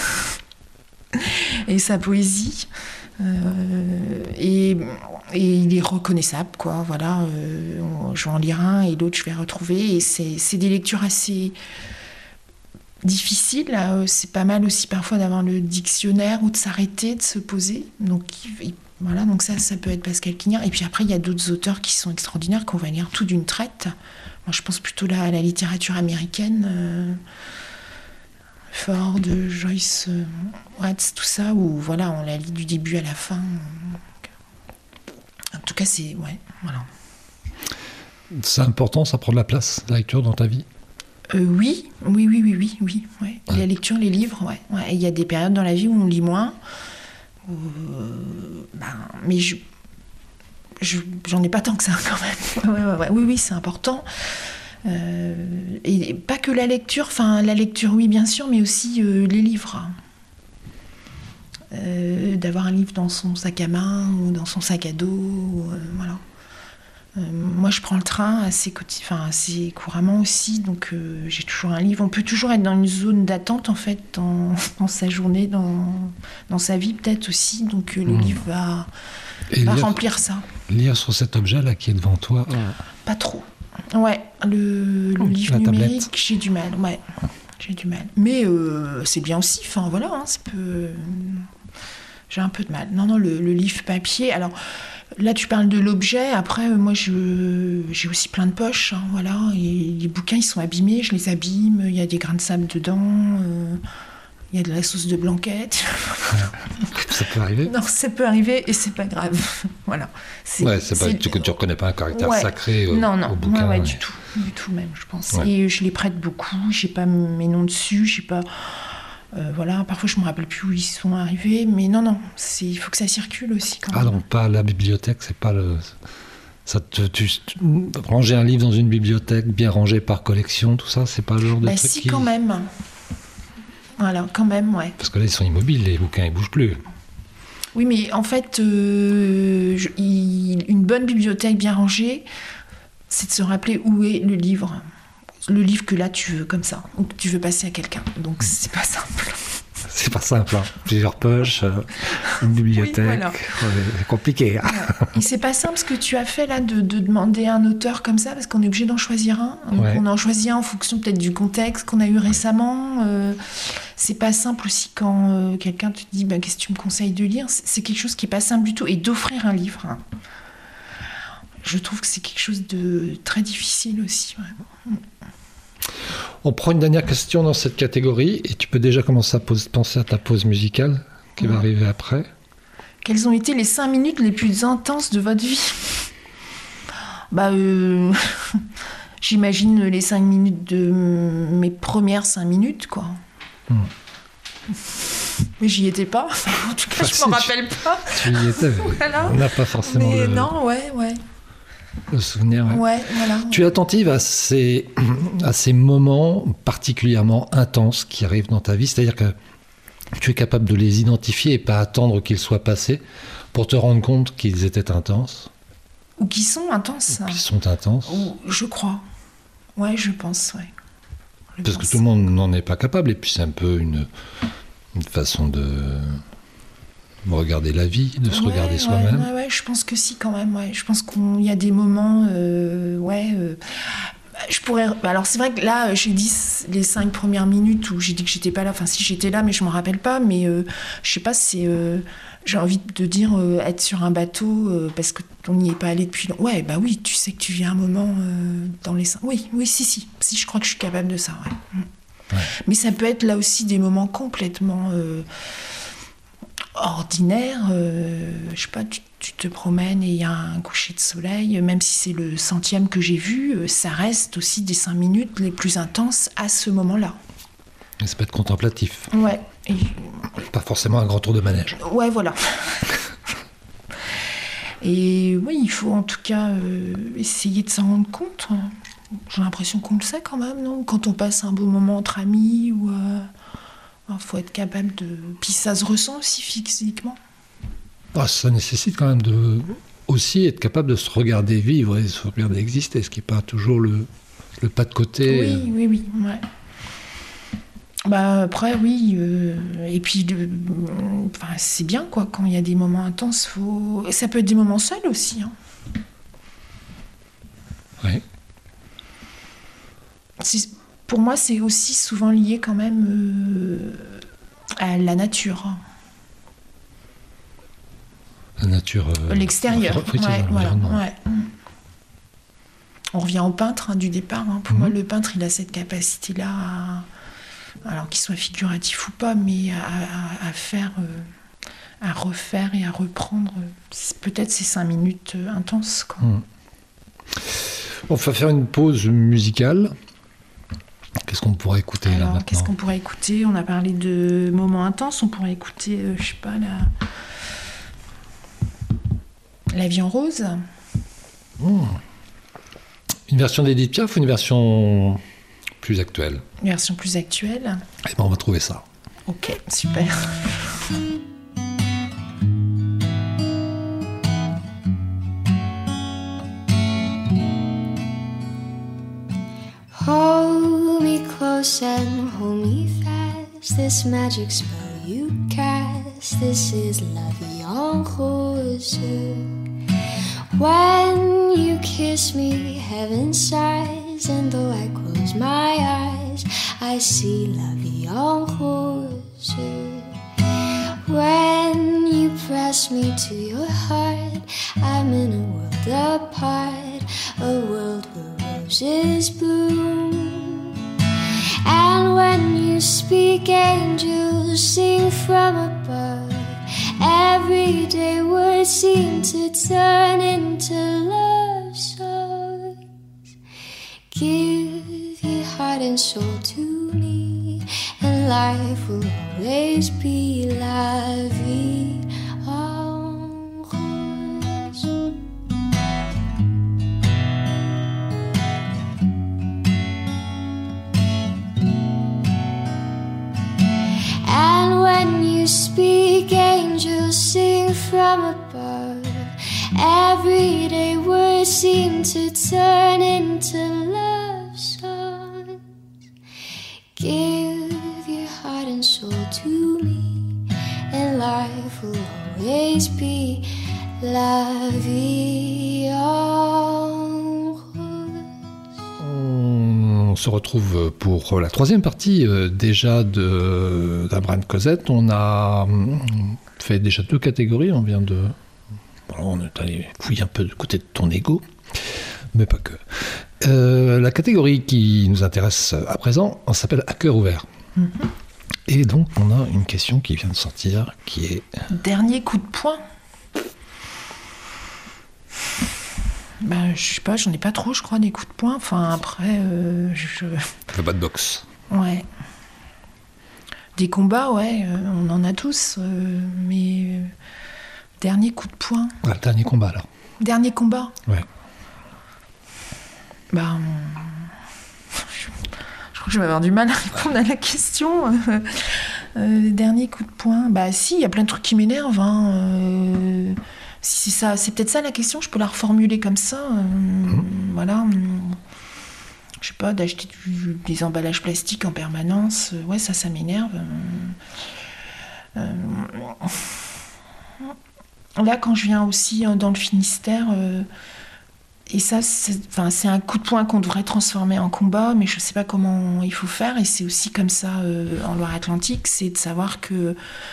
S2: et sa poésie. Euh, et, et il est reconnaissable, quoi. Voilà, euh, je vais en lire un et l'autre je vais retrouver. Et c'est, c'est des lectures assez difficiles. Là. C'est pas mal aussi parfois d'avoir le dictionnaire ou de s'arrêter, de se poser. Donc il, voilà, donc ça, ça peut être Pascal Quignard. Et puis après, il y a d'autres auteurs qui sont extraordinaires qu'on va lire tout d'une traite. Moi, je pense plutôt à la littérature américaine. Euh, Ford, Joyce, euh, Watts, tout ça, où voilà, on la lit du début à la fin. En tout cas, c'est... Ouais, voilà.
S1: C'est important, ça prend de la place, la lecture, dans ta vie ?
S2: euh, Oui, oui, oui, oui, oui, oui. Ouais. Ouais. La lecture, les livres, ouais. ouais. Il y a des périodes dans la vie où on lit moins. Euh, ben, mais je, je, j'en ai pas tant que ça, quand même. Ouais, ouais, ouais. Oui, oui, c'est important. Euh, et pas que la lecture, enfin la lecture oui bien sûr, mais aussi euh, les livres. Euh, d'avoir un livre dans son sac à main ou dans son sac à dos, euh, voilà. Euh, moi je prends le train assez, quotidi- enfin, assez couramment aussi, donc euh, j'ai toujours un livre. On peut toujours être dans une zone d'attente en fait, dans, dans sa journée, dans, dans sa vie peut-être aussi, donc euh, le mmh. livre va, va lire, remplir ça.
S1: Lire sur cet objet là qui est devant toi.
S2: Pas trop. Ouais, le, le livre
S1: la
S2: numérique,
S1: tablette.
S2: j'ai du mal, ouais, j'ai du mal. Mais euh, c'est bien aussi, enfin voilà, hein, c'est peu... j'ai un peu de mal. Non, non, le, le livre papier, alors là tu parles de l'objet, après moi je, j'ai aussi plein de poches, hein, voilà, et les bouquins ils sont abîmés, je les abîme, il y a des grains de sable dedans, euh, il y a de la sauce de blanquette.
S1: Ça peut arriver.
S2: Non, ça peut arriver et c'est pas grave. Voilà.
S1: C'est, ouais, c'est, c'est pas que tu reconnais pas un caractère
S2: ouais.
S1: sacré euh,
S2: non, non.
S1: au bouquin.
S2: Ouais, ouais,
S1: ouais.
S2: du tout, du tout même, je pense.
S1: Ouais.
S2: Et je les prête beaucoup. J'ai pas mes noms dessus. J'ai pas. Euh, voilà. Parfois, je me rappelle plus où ils sont arrivés, mais non, non. C'est, il faut que ça circule aussi. Quand
S1: ah
S2: même.
S1: non, pas la bibliothèque, c'est pas le. Ça te, tu, tu, ranger un livre dans une bibliothèque, bien rangé par collection, tout ça, c'est pas le genre de
S2: bah,
S1: truc
S2: si,
S1: qui...
S2: quand même. Voilà, quand même, ouais.
S1: Parce que là, ils sont immobiles, les bouquins, ils bougent plus.
S2: Oui, mais en fait, euh, je, il, une bonne bibliothèque bien rangée, c'est de se rappeler où est le livre. Le livre que là, tu veux comme ça, ou que tu veux passer à quelqu'un. Donc, c'est pas simple.
S1: C'est pas simple, hein. Plusieurs poches, euh, une bibliothèque,
S2: Oui, voilà.
S1: Ouais, c'est compliqué. Hein.
S2: Ouais. Et c'est pas simple ce que tu as fait là, de, de demander à un auteur comme ça, parce qu'on est obligé d'en choisir un. Donc
S1: Ouais.
S2: on en choisit un en fonction peut-être du contexte qu'on a eu récemment. Euh, c'est pas simple aussi quand euh, quelqu'un te dit bah, qu'est-ce que tu me conseilles de lire. C'est, c'est quelque chose qui est pas simple du tout. Et d'offrir un livre, hein, je trouve que c'est quelque chose de très difficile aussi. Ouais.
S1: On prend une dernière question dans cette catégorie et tu peux déjà commencer à pose, penser à ta pause musicale qui
S2: Ouais.
S1: va arriver après.
S2: Quelles ont été les cinq minutes les plus intenses de votre vie ? Bah, euh, j'imagine les cinq minutes de mes premières cinq minutes, quoi.
S1: Hmm.
S2: Mais j'y étais pas. En tout cas,
S1: Enfin,
S2: je
S1: si,
S2: m'en
S1: tu-
S2: rappelle pas.
S1: Tu y étais.
S2: Voilà.
S1: On n'a pas forcément
S2: Mais
S1: le,
S2: non, ouais, ouais.
S1: le souvenir. Ouais.
S2: Ouais, voilà.
S1: Tu es attentive à ces, à ces moments particulièrement intenses qui arrivent dans ta vie, c'est-à-dire que tu es capable de les identifier et pas attendre qu'ils soient passés pour te rendre compte qu'ils étaient intenses,
S2: Ou qui sont intenses.
S1: qu'ils sont intenses.
S2: Ou, je crois. Ouais, je pense, ouais. Je
S1: Parce que
S2: pense.
S1: tout le monde n'en est pas capable, et puis c'est un peu une, une façon de regarder la vie, de se
S2: Ouais,
S1: regarder
S2: ouais,
S1: soi-même.
S2: Ouais, ouais, je pense que si, quand même. Ouais. Je pense qu'il y a des moments. Euh, ouais. Euh, je pourrais. Alors, c'est vrai que là, j'ai dit les cinq premières minutes où j'ai dit que j'étais pas là. Enfin, si j'étais là, mais je m'en rappelle pas. Mais euh, je sais pas, c'est. Euh, j'ai envie de dire euh, être sur un bateau euh, parce qu'on n'y est pas allé depuis longtemps. Ouais, bah oui, tu sais que tu vis un moment euh, dans les cinq. Oui, oui, si, si. Si, je crois que je suis capable de ça, ouais. Mm.
S1: Ouais.
S2: Mais ça peut être là aussi des moments complètement. Euh, ordinaire, euh, je sais pas, tu, tu te promènes et il y a un coucher de soleil, même si c'est le centième que j'ai vu, euh, ça reste aussi des cinq minutes les plus intenses à ce moment-là.
S1: Et ça peut être contemplatif,
S2: Ouais, et,
S1: pas forcément un grand tour de manège.
S2: ouais, voilà. Et oui, il faut en tout cas euh, essayer de s'en rendre compte. J'ai l'impression qu'on le sait quand même, non ? Quand on passe un beau moment entre amis ou... Euh, il faut être capable de... Puis ça se ressent aussi physiquement.
S1: Ah, ça nécessite quand même de aussi être capable de se regarder vivre et de se regarder exister, ce qui n'est pas toujours le, le pas de côté.
S2: Oui, oui, oui, ouais. Bah après, oui. Euh, et puis, le, enfin, c'est bien, quoi, quand il y a des moments intenses. Faut... Et ça peut être des moments seuls aussi. Hein.
S1: Oui.
S2: C'est... Pour moi, c'est aussi souvent lié quand même euh, à la nature.
S1: La nature. Euh,
S2: L'extérieur.
S1: oui,
S2: Ouais, voilà,
S1: l'environnement.
S2: ouais. On revient au peintre hein, du départ. Hein. Pour
S1: Mhm.
S2: moi, le peintre, il a cette capacité-là, à... alors qu'il soit figuratif ou pas, mais à, à, à faire, euh, à refaire et à reprendre euh, peut-être ces cinq minutes euh, intenses. Quoi.
S1: Mhm. On va faire une pause musicale. Qu'est-ce qu'on pourrait écouter là
S2: Alors,
S1: maintenant ?
S2: qu'est-ce qu'on pourrait écouter ? On a parlé de moments intenses. On pourrait écouter, euh, je sais pas, la... La vie en rose.
S1: Mmh. Une version d'Edith Piaf ou une version plus actuelle ?
S2: Une version plus actuelle.
S1: Eh ben, on va trouver ça.
S2: Ok, super.
S4: Hold me close and hold me fast. This magic spell you cast. This is la vie en rose. When you kiss me, heaven sighs, and though I close my eyes, I see la vie en rose. When you press me to your heart, I'm in a world apart, a world where roses bloom. And when you speak, angels sing from above. Everyday words seem to turn into love songs. Give your heart and soul to me, and life will always be la vie en rose. And when you speak, angels sing from above. Everyday words seem to turn into love songs. Give your heart and soul to me, and life will always be la vie en rose.
S1: On se retrouve pour la troisième partie euh, déjà de d'Abraham Cosette. On a hum, fait déjà deux catégories. On vient de... Bon, on est allé fouiller un peu du côté de ton ego, mais pas que. Euh, la catégorie qui nous intéresse à présent, on s'appelle À cœur ouvert. Mm-hmm. Et donc, on a une question qui vient de sortir, qui est...
S2: Dernier coup de poing. Ben, je sais pas, j'en ai pas trop, je crois, des coups de poing. Enfin, après, euh, je...
S1: Le bas de boxe.
S2: Ouais. Des combats, ouais, euh, on en a tous, euh, mais... Euh, dernier coup de poing.
S1: Ah, le dernier combat, alors.
S2: Dernier combat.
S1: Ouais.
S2: Ben... Je, je crois que je vais avoir du mal à répondre à la question. euh, dernier coup de poing. Bah si, il y a plein de trucs qui m'énervent, hein. Euh, si c'est ça, c'est peut-être ça la question, je peux la reformuler comme ça. Euh, mmh. Voilà. Je sais pas, d'acheter du, des emballages plastiques en permanence. Euh, ouais, ça, ça m'énerve. Euh, euh, là, quand je viens aussi dans le Finistère, euh, et ça, c'est, enfin, c'est un coup de poing qu'on devrait transformer en combat, mais je sais pas comment il faut faire. Et c'est aussi comme ça euh, en Loire-Atlantique, c'est de savoir que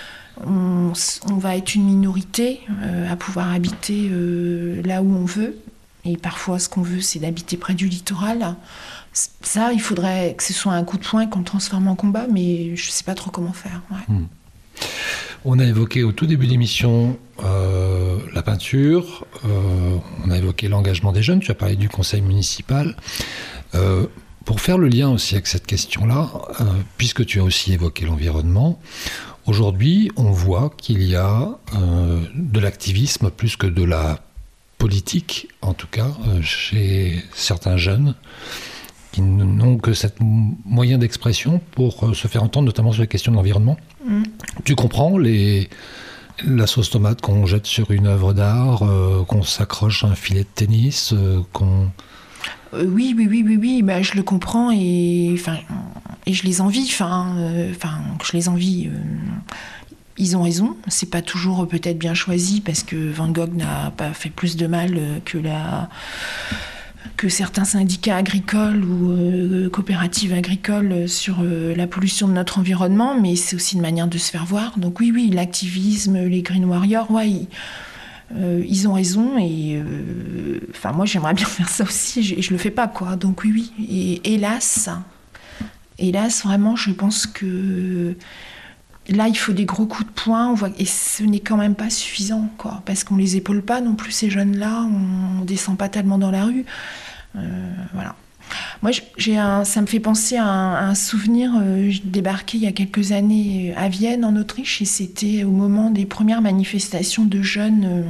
S2: On, on va être une minorité euh, à pouvoir habiter euh, là où on veut. Et parfois, ce qu'on veut, c'est d'habiter près du littoral. Ça, il faudrait que ce soit un coup de poing qu'on le transforme en combat, mais je ne sais pas trop comment faire. Ouais.
S1: Mmh. On a évoqué au tout début de l'émission euh, la peinture, euh, on a évoqué l'engagement des jeunes, tu as parlé du conseil municipal. Euh, pour faire le lien aussi avec cette question-là, euh, puisque tu as aussi évoqué l'environnement, aujourd'hui, on voit qu'il y a euh, de l'activisme plus que de la politique, en tout cas, euh, chez certains jeunes qui n'ont que cet moyen d'expression pour euh, se faire entendre, notamment sur la question de l'environnement. Mmh. Tu comprends les, la sauce tomate qu'on jette sur une œuvre d'art, euh, qu'on s'accroche à un filet de tennis, euh, qu'on...
S2: Euh, oui, oui, oui, oui, oui, bah, je le comprends et, enfin, et je les envie, enfin, euh, je les envie. Euh, ils ont raison, c'est pas toujours peut-être bien choisi parce que Van Gogh n'a pas fait plus de mal que, la, que certains syndicats agricoles ou euh, coopératives agricoles sur euh, la pollution de notre environnement, mais c'est aussi une manière de se faire voir. Donc oui, oui, l'activisme, les Green Warriors, ouais, ils, Euh, ils ont raison et enfin euh, moi j'aimerais bien faire ça aussi, je, je le fais pas quoi, donc oui oui et hélas hélas vraiment je pense que là il faut des gros coups de poing, on voit, et ce n'est quand même pas suffisant quoi, parce qu'on les épaule pas non plus ces jeunes là, on, on descend pas tellement dans la rue, euh, voilà. Moi, j'ai un, ça me fait penser à un, à un souvenir. Euh, j'ai débarqué il y a quelques années à Vienne, en Autriche, et c'était au moment des premières manifestations de jeunes euh,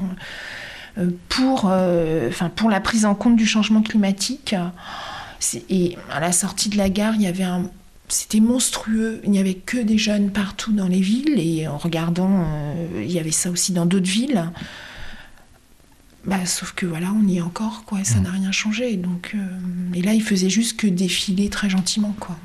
S2: euh, pour, euh, enfin, pour la prise en compte du changement climatique. C'est, et à la sortie de la gare, il y avait un... C'était monstrueux. Il n'y avait que des jeunes partout dans les villes, et en regardant, euh, il y avait ça aussi dans d'autres villes. Bah, sauf que voilà, on y est encore, quoi, et ça n'a rien changé. Donc, euh, et là, il faisait juste que défiler très gentiment, quoi.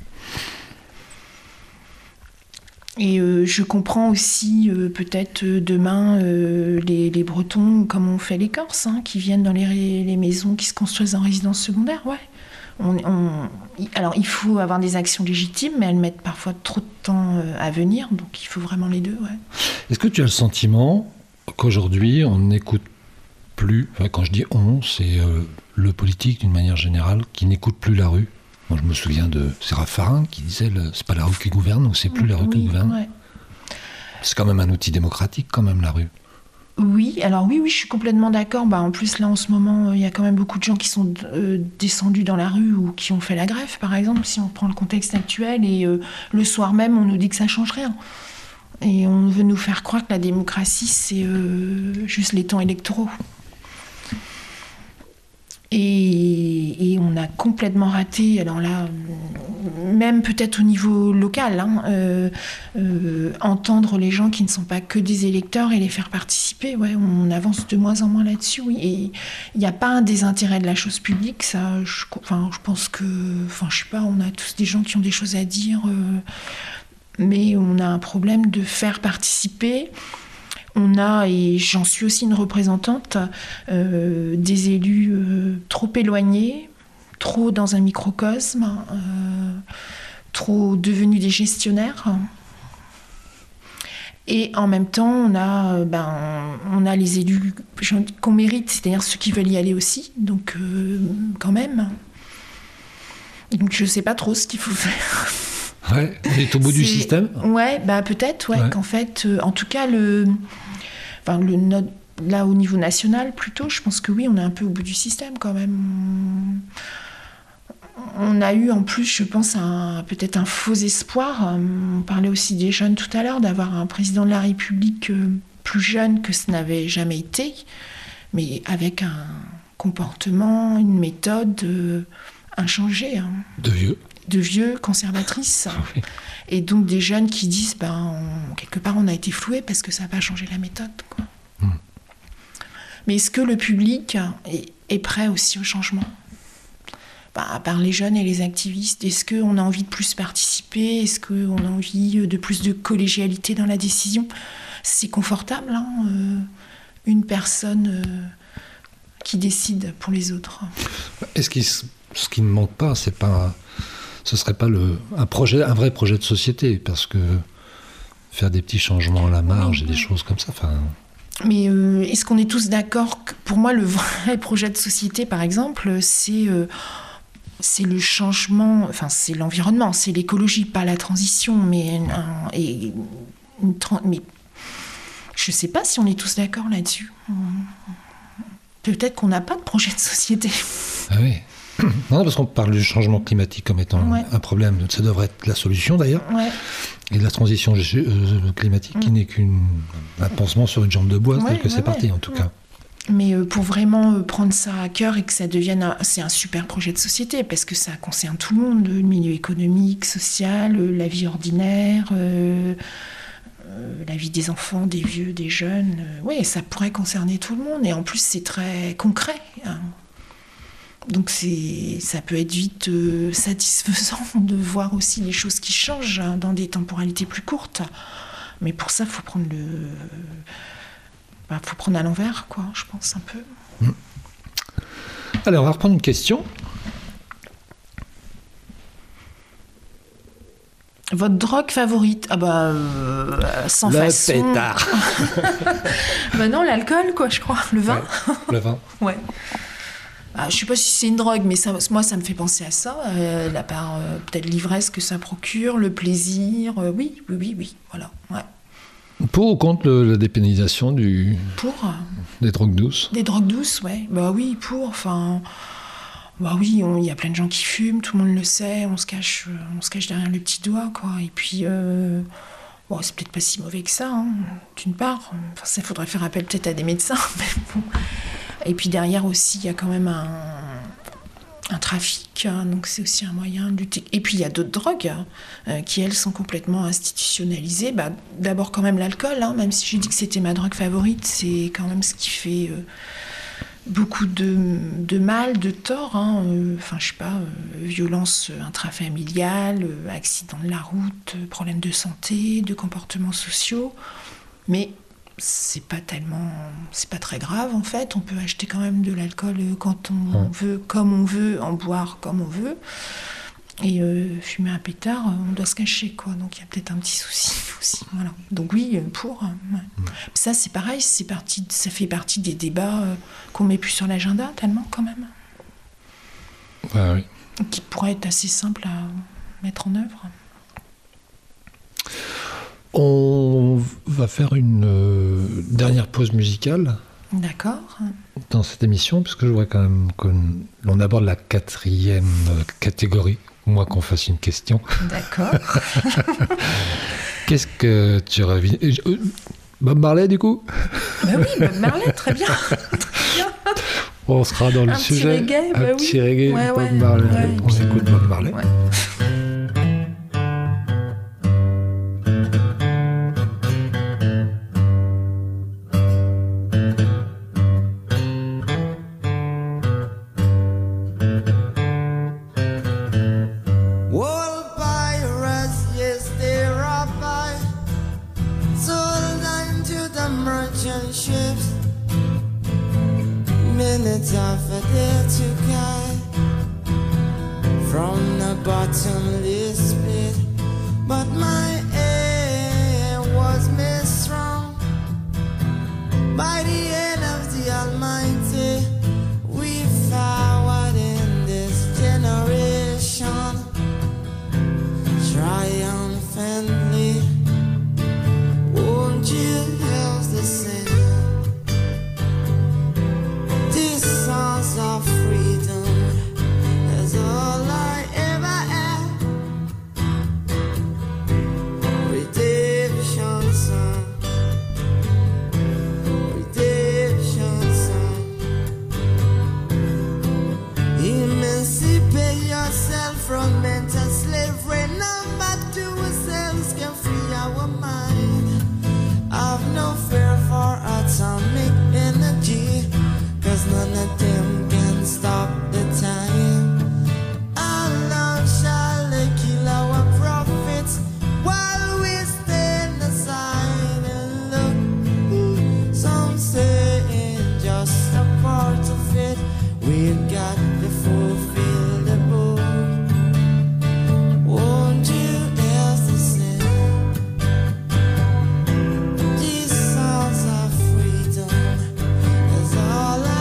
S2: Et euh, je comprends aussi, euh, peut-être euh, demain, euh, les, les Bretons, comme on fait les Corses, hein, qui viennent dans les, les maisons qui se construisent en résidence secondaire, ouais. On, on, alors, il faut avoir des actions légitimes, mais elles mettent parfois trop de temps euh, à venir, donc il faut vraiment les deux, ouais.
S1: Est-ce que tu as le sentiment qu'aujourd'hui, on n'écoute plus, enfin, quand je dis on, c'est euh, le politique d'une manière générale qui n'écoute plus la rue? Moi, je me souviens de Séraphin qui disait le, c'est pas la rue qui gouverne, ou c'est plus la rue oui, qui gouverne. Ouais. C'est quand même un outil démocratique, quand même, la rue.
S2: Oui, alors oui, oui, je suis complètement d'accord. Bah, en plus, là, en ce moment, il y a quand même beaucoup de gens qui sont euh, descendus dans la rue ou qui ont fait la grève, par exemple, si on prend le contexte actuel. Et euh, le soir même, on nous dit que ça change rien. Et on veut nous faire croire que la démocratie, c'est euh, juste les temps électoraux. Et, et on a complètement raté, alors là, même peut-être au niveau local, hein, euh, euh, entendre les gens qui ne sont pas que des électeurs et les faire participer, ouais, on avance de moins en moins là-dessus, oui. Et il n'y a pas un désintérêt de la chose publique, ça, je, enfin, je pense que, enfin, je sais pas, on a tous des gens qui ont des choses à dire, euh, mais on a un problème de faire participer. On a, et j'en suis aussi une représentante, euh, des élus euh, trop éloignés, trop dans un microcosme, euh, trop devenus des gestionnaires. Et en même temps, on a, ben, on a les élus qu'on mérite, c'est-à-dire ceux qui veulent y aller aussi, donc euh, quand même. Donc je ne sais pas trop ce qu'il faut faire.
S1: Ouais, on est au bout
S2: c'est...
S1: du système.
S2: Ouais, bah peut-être, ouais, ouais. qu'en fait, euh, en tout cas, le, enfin, le, notre, là au niveau national, plutôt, je pense que oui, on est un peu au bout du système quand même. On, on a eu en plus, je pense, un, peut-être un faux espoir. On parlait aussi des jeunes tout à l'heure, d'avoir un président de la République plus jeune que ce n'avait jamais été, mais avec un comportement, une méthode euh, inchangée. Hein.
S1: De vieux.
S2: de vieux conservatrices. Oui. Et donc des jeunes qui disent, ben, on, quelque part, on a été floués parce que ça n'a pas changé la méthode. Quoi. Mm. Mais est-ce que le public est, est prêt aussi au changement ? Ben, à part les jeunes et les activistes, est-ce qu'on a envie de plus participer ? Est-ce qu'on a envie de plus de collégialité dans la décision ? C'est confortable, hein, euh, une personne euh, qui décide pour les autres.
S1: Est-ce qu'il, ce qui ne manque pas, c'est pas... ce serait pas le, un, projet, un vrai projet de société, parce que faire des petits changements à la marge oui, et des choses comme ça... Fin...
S2: Mais euh, est-ce qu'on est tous d'accord que pour moi, le vrai projet de société, par exemple, c'est, euh, c'est le changement, enfin c'est l'environnement, c'est l'écologie, pas la transition, mais, un, et, une, mais je sais pas si on est tous d'accord là-dessus. Peut-être qu'on n'a pas de projet de société.
S1: Ah oui. Non, parce qu'on parle du changement climatique comme étant ouais. un problème. Ça devrait être la solution, d'ailleurs. Ouais. Et de la transition climatique, mmh. qui n'est qu'un pansement sur une jambe de bois, ouais, que ouais, c'est ouais. parti, en tout ouais. cas.
S2: Mais euh, pour vraiment euh, prendre ça à cœur et que ça devienne... Un, c'est un super projet de société, parce que ça concerne tout le monde, le milieu économique, social, euh, la vie ordinaire, euh, euh, la vie des enfants, des vieux, des jeunes. Euh, oui, ça pourrait concerner tout le monde. Et en plus, c'est très concret, hein. Donc c'est, ça peut être vite euh, satisfaisant de voir aussi les choses qui changent hein, dans des temporalités plus courtes. Mais pour ça, il faut prendre le, bah, faut prendre à l'envers, quoi, je pense un peu.
S1: Mmh. Allez, on va reprendre une question.
S2: Votre drogue favorite ? Ah bah, euh, sans
S1: le
S2: façon...
S1: Le pétard.
S2: Bah non, l'alcool, quoi, je crois. Le vin.
S1: Ouais, le vin.
S2: Ouais. Ah, je ne sais pas si c'est une drogue, mais ça, moi, ça me fait penser à ça. Euh, la part, euh, peut-être l'ivresse que ça procure, le plaisir. Euh, oui, oui, oui, oui, voilà. Ouais.
S1: Pour ou contre le, la dépénalisation du...
S2: Pour.
S1: Des drogues douces ?
S2: Des drogues douces, ouais. Bah oui, pour. Enfin, bah oui, il y a plein de gens qui fument, tout le monde le sait. On se cache, on se cache derrière le petit doigt, quoi. Et puis, euh, bon, c'est peut-être pas si mauvais que ça, hein, d'une part. Enfin, ça, faudrait faire appel peut-être à des médecins, mais bon. Et puis derrière aussi, il y a quand même un, un trafic, hein, donc c'est aussi un moyen de lutter. Et puis il y a d'autres drogues euh, qui, elles, sont complètement institutionnalisées. Bah, d'abord quand même l'alcool, hein, même si j'ai dit que c'était ma drogue favorite, c'est quand même ce qui fait euh, beaucoup de, de mal, de tort. Hein, euh, enfin, je sais pas, euh, violence intrafamiliale, euh, accident de la route, euh, problèmes de santé, de comportements sociaux. Mais... c'est pas tellement, c'est pas très grave en fait. On peut acheter quand même de l'alcool quand on ouais. veut, comme on veut, en boire comme on veut. Et euh, fumer un pétard, on doit se cacher, quoi. Donc il y a peut-être un petit souci aussi. Voilà. Donc oui, pour. Ouais. Ouais. Ça c'est pareil, c'est parti, ça fait partie des débats euh, qu'on met plus sur l'agenda tellement quand même.
S1: Ouais, oui.
S2: Qui pourraient être assez simples à mettre en œuvre.
S1: On va faire une euh, dernière pause musicale.
S2: D'accord.
S1: Dans cette émission, puisque je voudrais quand même qu'on aborde la quatrième catégorie, moi qu'on fasse une question.
S2: D'accord.
S1: Qu'est-ce que tu aurais vu ? Bob Marley, du coup ?
S2: Ben oui, Bob Marley, très bien. Très bien.
S1: On sera dans le
S2: un
S1: sujet.
S2: Petit reggae,
S1: un
S2: bah
S1: petit
S2: oui.
S1: reggae,
S2: ouais,
S1: Bob
S2: ouais,
S1: Marley.
S2: ouais,
S1: On
S2: puis,
S1: écoute Bob Marley.
S2: Ouais.
S5: Minutes of a day to guide from the bottomless pit, but my aim was made strong by the hand of the Almighty. We forward in this generation triumphantly. Won't you help the sin? Of freedom is all I ever had. Redemption song, redemption song. Emancipate yourself from mental slavery. Number two ourselves can free our mind. I've no fear for atomic energy, 'cause none of them can stop the time. Our love shall kill our prophets while we stand aside and look. Some say it's just a part of it. We've got to fulfill the book. Won't you help the sin? These songs of freedom is all I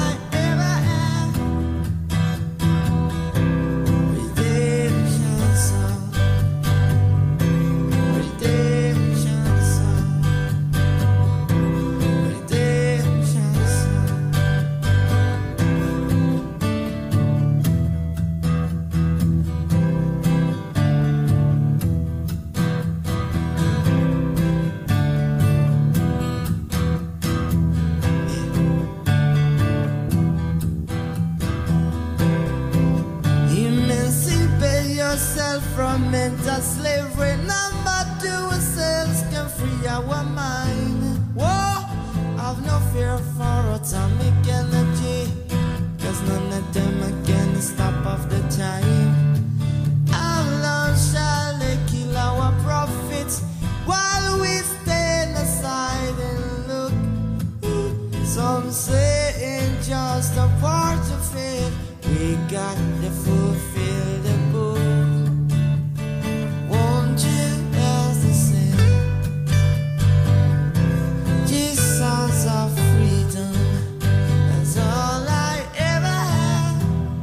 S5: from mental slavery. Number two ourselves can free our mind. Whoa, I've no fear for atomic energy, 'cause none of them can stop off the time. Our love shall kill our prophets while we stand aside and look. Some say it's just a part of it. We got to fulfill the book. Of freedom, that's all I ever had.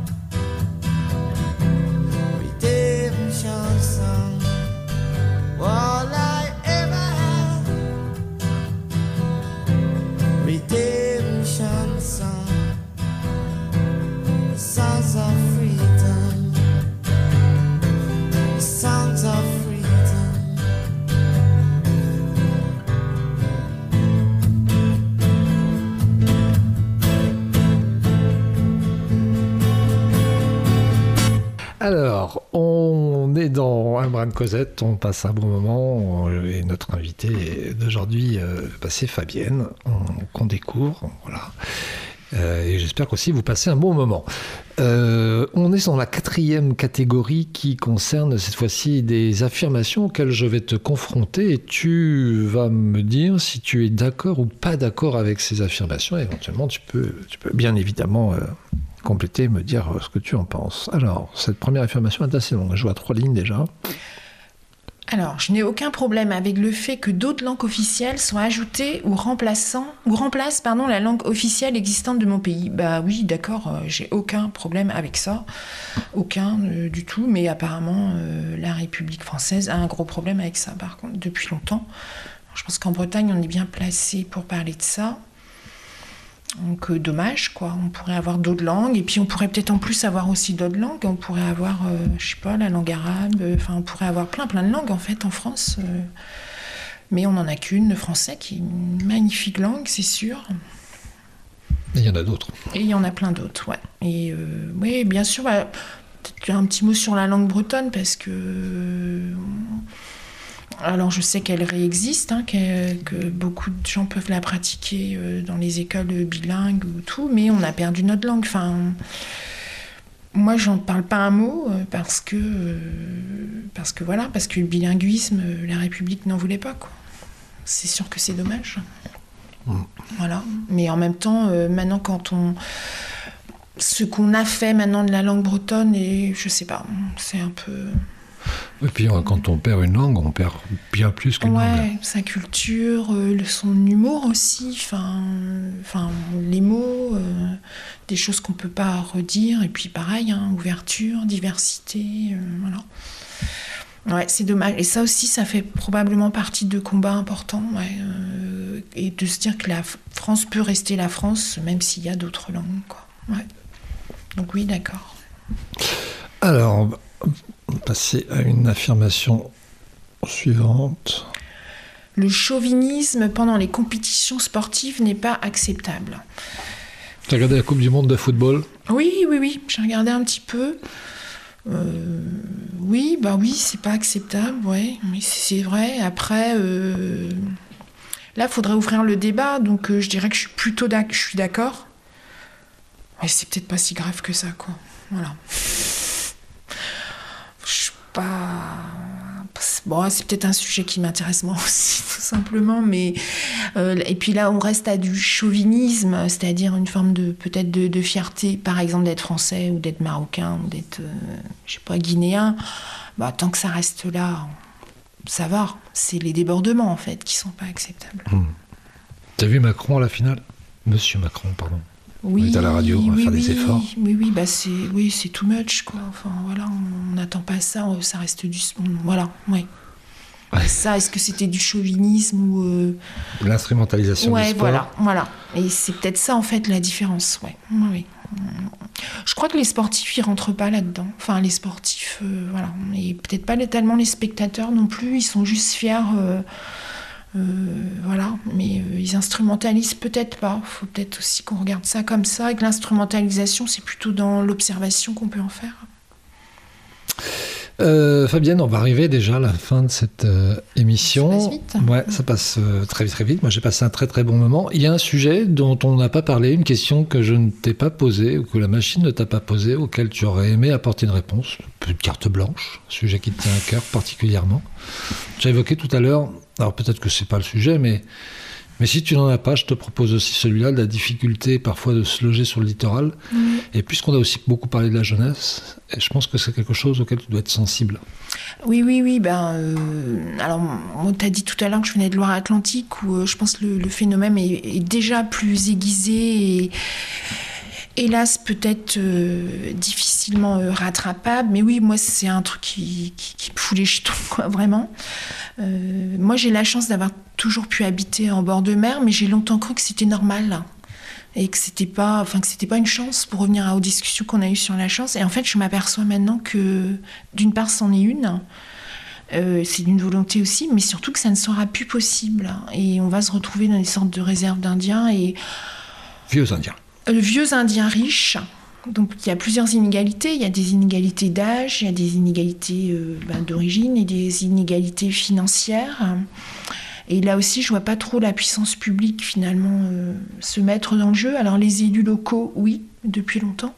S5: Redemption song, all I ever had. Redemption song, the songs of freedom, the songs of freedom.
S1: Alors, on est dans un brin de Cosette, on passe un bon moment, et notre invitée d'aujourd'hui, euh, bah, c'est Fabienne, on- qu'on découvre, voilà. Euh, et j'espère qu'aussi vous passez un bon moment. Euh, on est dans la quatrième catégorie qui concerne cette fois-ci des affirmations auxquelles je vais te confronter, et tu vas me dire si tu es d'accord ou pas d'accord avec ces affirmations. Éventuellement, tu peux, tu peux bien évidemment... Euh, compléter, me dire ce que tu en penses. Alors, cette première affirmation est assez longue. Je vois trois lignes déjà.
S2: Alors, je n'ai aucun problème avec le fait que d'autres langues officielles soient ajoutées ou, remplaçant, ou remplacent pardon, la langue officielle existante de mon pays. Bah oui, d'accord, euh, j'ai aucun problème avec ça. Aucun euh, du tout, mais apparemment, euh, la République française a un gros problème avec ça, par contre, depuis longtemps. Je pense qu'en Bretagne, on est bien placé pour parler de ça. Donc euh, dommage, quoi. On pourrait avoir d'autres langues, et puis on pourrait peut-être en plus avoir aussi d'autres langues. On pourrait avoir, euh, je sais pas, la langue arabe. Enfin, on pourrait avoir plein, plein de langues en fait en France. Euh, mais on n'en a qu'une, le français, qui est une magnifique langue, c'est sûr.
S1: Et il y en a d'autres.
S2: Et il y en a plein d'autres, ouais. Et euh, oui, bien sûr, bah, peut-être un petit mot sur la langue bretonne, parce que... Alors, je sais qu'elle réexiste, hein, que beaucoup de gens peuvent la pratiquer euh, dans les écoles bilingues ou tout, mais on a perdu notre langue. Enfin, moi, j'en parle pas un mot euh, parce que, euh, parce que voilà, parce que le bilinguisme, euh, la République n'en voulait pas, quoi. C'est sûr que c'est dommage. Mmh. Voilà. Mais en même temps, euh, maintenant, quand on... Ce qu'on a fait maintenant de la langue bretonne, et je sais pas, c'est un peu...
S1: Et puis quand on perd une langue, on perd bien plus qu'une
S2: ouais,
S1: langue.
S2: Sa culture, euh, son humour aussi, enfin, enfin les mots, euh, des choses qu'on peut pas redire, et puis pareil, hein, ouverture, diversité, euh, voilà. Ouais, c'est dommage. Et ça aussi, ça fait probablement partie de combats importants, ouais, euh, et de se dire que la France peut rester la France, même s'il y a d'autres langues, quoi. Ouais. Donc oui, d'accord.
S1: Alors, on va passer à une affirmation suivante.
S2: Le chauvinisme pendant les compétitions sportives n'est pas acceptable.
S1: Tu as regardé la Coupe du Monde de football ?
S2: Oui, oui, oui, j'ai regardé un petit peu. Euh, oui, bah oui, c'est pas acceptable, ouais, mais c'est vrai. Après, euh, là, il faudrait ouvrir le débat, donc euh, je dirais que je suis plutôt d'ac- je suis d'accord. Mais c'est peut-être pas si grave que ça, quoi. Voilà. Je suis pas... Bon, c'est peut-être un sujet qui m'intéresse moi aussi, tout simplement, mais... Euh, et puis là, on reste à du chauvinisme, c'est-à-dire une forme de, peut-être de, de fierté, par exemple, d'être français, ou d'être marocain, ou d'être, euh, je sais pas, guinéen. Bah, tant que ça reste là, ça va. C'est les débordements, en fait, qui sont pas acceptables.
S1: Mmh. T'as vu Macron à la finale ? Monsieur Macron, pardon.
S2: Oui,
S1: on est à la radio, on va
S2: oui,
S1: faire
S2: oui,
S1: des efforts.
S2: Oui, oui, bah c'est, oui, c'est too much, quoi. Enfin, voilà, on n'attend pas ça, ça reste du... Voilà, oui. Ouais. Ça, est-ce que c'était du chauvinisme ou... Euh...
S1: L'instrumentalisation
S2: ouais,
S1: du sport.
S2: voilà, voilà. Et c'est peut-être ça, en fait, la différence, ouais. Oui, oui. Je crois que les sportifs, ils rentrent pas là-dedans. Enfin, les sportifs, euh, voilà. Et peut-être pas tellement les spectateurs non plus, ils sont juste fiers... Euh... Euh, voilà, mais euh, ils instrumentalisent peut-être pas. Il faut peut-être aussi qu'on regarde ça comme ça, et que l'instrumentalisation, c'est plutôt dans l'observation qu'on peut en faire.
S1: Euh, Fabienne, on va arriver déjà à la fin de cette euh, émission.
S2: Ça passe vite.
S1: Ouais, ça passe euh, très très vite. Moi, j'ai passé un très très bon moment. Il y a un sujet dont on n'a pas parlé, une question que je ne t'ai pas posée, ou que la machine ne t'a pas posée, auquel tu aurais aimé apporter une réponse. Une carte blanche, un sujet qui te tient à cœur particulièrement. J'ai évoqué tout à l'heure, alors peut-être que c'est pas le sujet, mais, mais si tu n'en as pas, je te propose aussi celui-là, de la difficulté parfois de se loger sur le littoral. Mmh. Et puisqu'on a aussi beaucoup parlé de la jeunesse, je pense que c'est quelque chose auquel tu dois être sensible.
S2: Oui, oui, oui. Ben, euh, alors, on t'a dit tout à l'heure que je venais de Loire-Atlantique, où euh, je pense que le, le phénomène est, est déjà plus aiguisé et... hélas, peut-être euh, difficilement euh, rattrapable. Mais oui, moi, c'est un truc qui, qui, qui me fout les jetons, quoi, vraiment. Euh, moi, j'ai la chance d'avoir toujours pu habiter en bord de mer, mais j'ai longtemps cru que c'était normal. Et que c'était pas, enfin, que c'était pas une chance, pour revenir aux discussions qu'on a eues sur la chance. Et en fait, je m'aperçois maintenant que, d'une part, c'en est une. Euh, c'est d'une volonté aussi, mais surtout que ça ne sera plus possible. Et on va se retrouver dans des sortes de réserves d'Indiens et...
S1: Vieux Indiens.
S2: Le vieux Indien riche, donc il y a plusieurs inégalités. Il y a des inégalités d'âge, il y a des inégalités euh, bah, d'origine et des inégalités financières. Et là aussi, je vois pas trop la puissance publique finalement euh, se mettre dans le jeu. Alors les élus locaux, oui, depuis longtemps.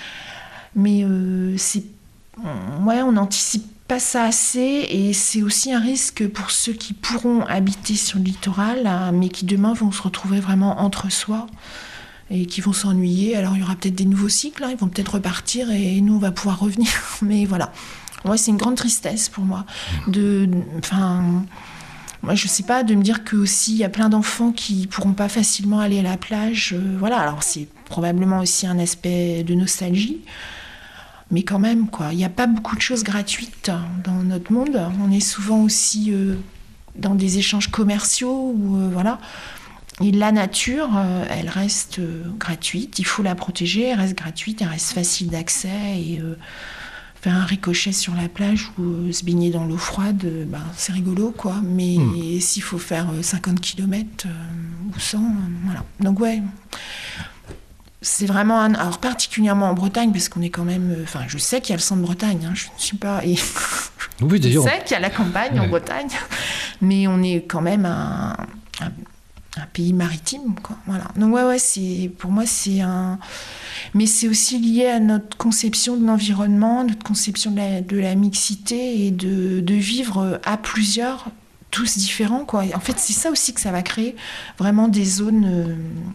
S2: Mais euh, c'est... ouais, on n'anticipe pas ça assez. Et c'est aussi un risque pour ceux qui pourront habiter sur le littoral, hein, mais qui demain vont se retrouver vraiment entre soi. Et qui vont s'ennuyer. Alors il y aura peut-être des nouveaux cycles, hein, ils vont peut-être repartir et nous on va pouvoir revenir. Mais voilà, ouais, c'est une grande tristesse pour moi. De, enfin, moi je sais pas, de me dire que aussi il y a plein d'enfants qui pourront pas facilement aller à la plage. Euh, voilà, alors c'est probablement aussi un aspect de nostalgie. Mais quand même, quoi, il n'y a pas beaucoup de choses gratuites dans notre monde. On est souvent aussi euh, dans des échanges commerciaux ou euh, voilà. Et la nature, euh, elle reste euh, gratuite, il faut la protéger, elle reste gratuite, elle reste facile d'accès. Et euh, faire un ricochet sur la plage ou euh, se baigner dans l'eau froide, euh, ben, c'est rigolo, quoi. Mais mmh. s'il faut faire euh, cinquante kilomètres euh, ou cent, euh, voilà. Donc ouais, c'est vraiment un, alors particulièrement en Bretagne, parce qu'on est quand même, enfin, je sais qu'il y a le centre-Bretagne, hein, je ne suis pas, et
S1: oui,
S2: je sais qu'il y a la campagne
S1: ouais.
S2: en Bretagne, mais on est quand même un, un, un pays maritime, quoi. Voilà. Donc ouais, ouais, c'est, pour moi, c'est un, mais c'est aussi lié à notre conception de l'environnement, notre conception de la, de la mixité et de, de vivre à plusieurs, tous différents, quoi. En fait, c'est ça aussi que ça va créer vraiment des zones. Euh,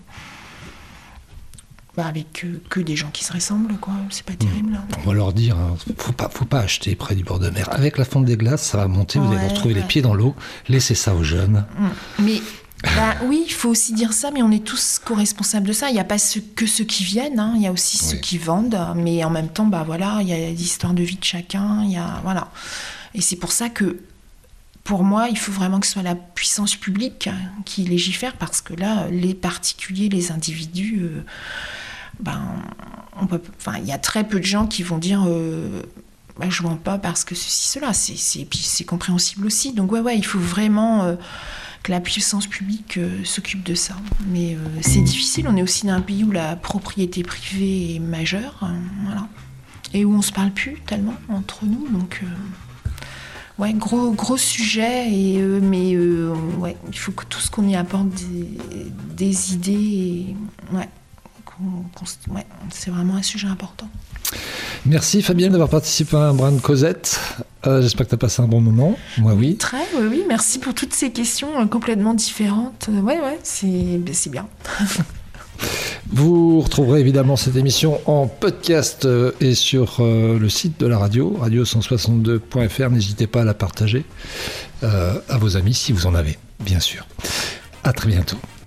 S2: Bah avec euh, que des gens qui se ressemblent, quoi. C'est pas terrible. Hein.
S1: On va leur dire, hein, faut pas, faut pas acheter près du bord de mer. Avec la fonte des glaces, ça va monter, vous
S2: ouais,
S1: allez vous retrouver
S2: ouais.
S1: les pieds dans l'eau. Laissez ça aux jeunes.
S2: Mais bah, oui, il faut aussi dire ça, mais on est tous co-responsables de ça. Il n'y a pas ceux, que ceux qui viennent, hein. Il y a aussi oui. ceux qui vendent, mais en même temps, bah voilà, il y a l'histoire de vie de chacun. Il y a voilà, et c'est pour ça que. Pour moi, il faut vraiment que ce soit la puissance publique qui légifère, parce que là, les particuliers, les individus, euh, ben, on peut, enfin, il y a très peu de gens qui vont dire euh, bah, je ne vends pas parce que ceci, cela. C'est, c'est, puis c'est compréhensible aussi. Donc, ouais, ouais, il faut vraiment euh, que la puissance publique euh, s'occupe de ça. Mais euh, c'est difficile. On est aussi dans un pays où la propriété privée est majeure. Hein, voilà. Et où on ne se parle plus tellement entre nous. Donc. Euh, Ouais, gros, gros sujet, et, euh, mais euh, ouais, il faut que tout ce qu'on y apporte des, des idées, et, ouais, qu'on, qu'on, ouais, c'est vraiment un sujet important.
S1: Merci Fabienne d'avoir participé à un brin de Cosette. Euh, j'espère que tu as passé un bon moment. Moi, oui.
S2: Très, oui, oui. Merci pour toutes ces questions euh, complètement différentes. Euh, ouais, ouais, c'est, c'est bien.
S1: Vous retrouverez évidemment cette émission en podcast et sur euh, le site de la radio, radio cent soixante-deux point f r. N'hésitez pas à la partager euh, à vos amis si vous en avez, bien sûr. À très bientôt.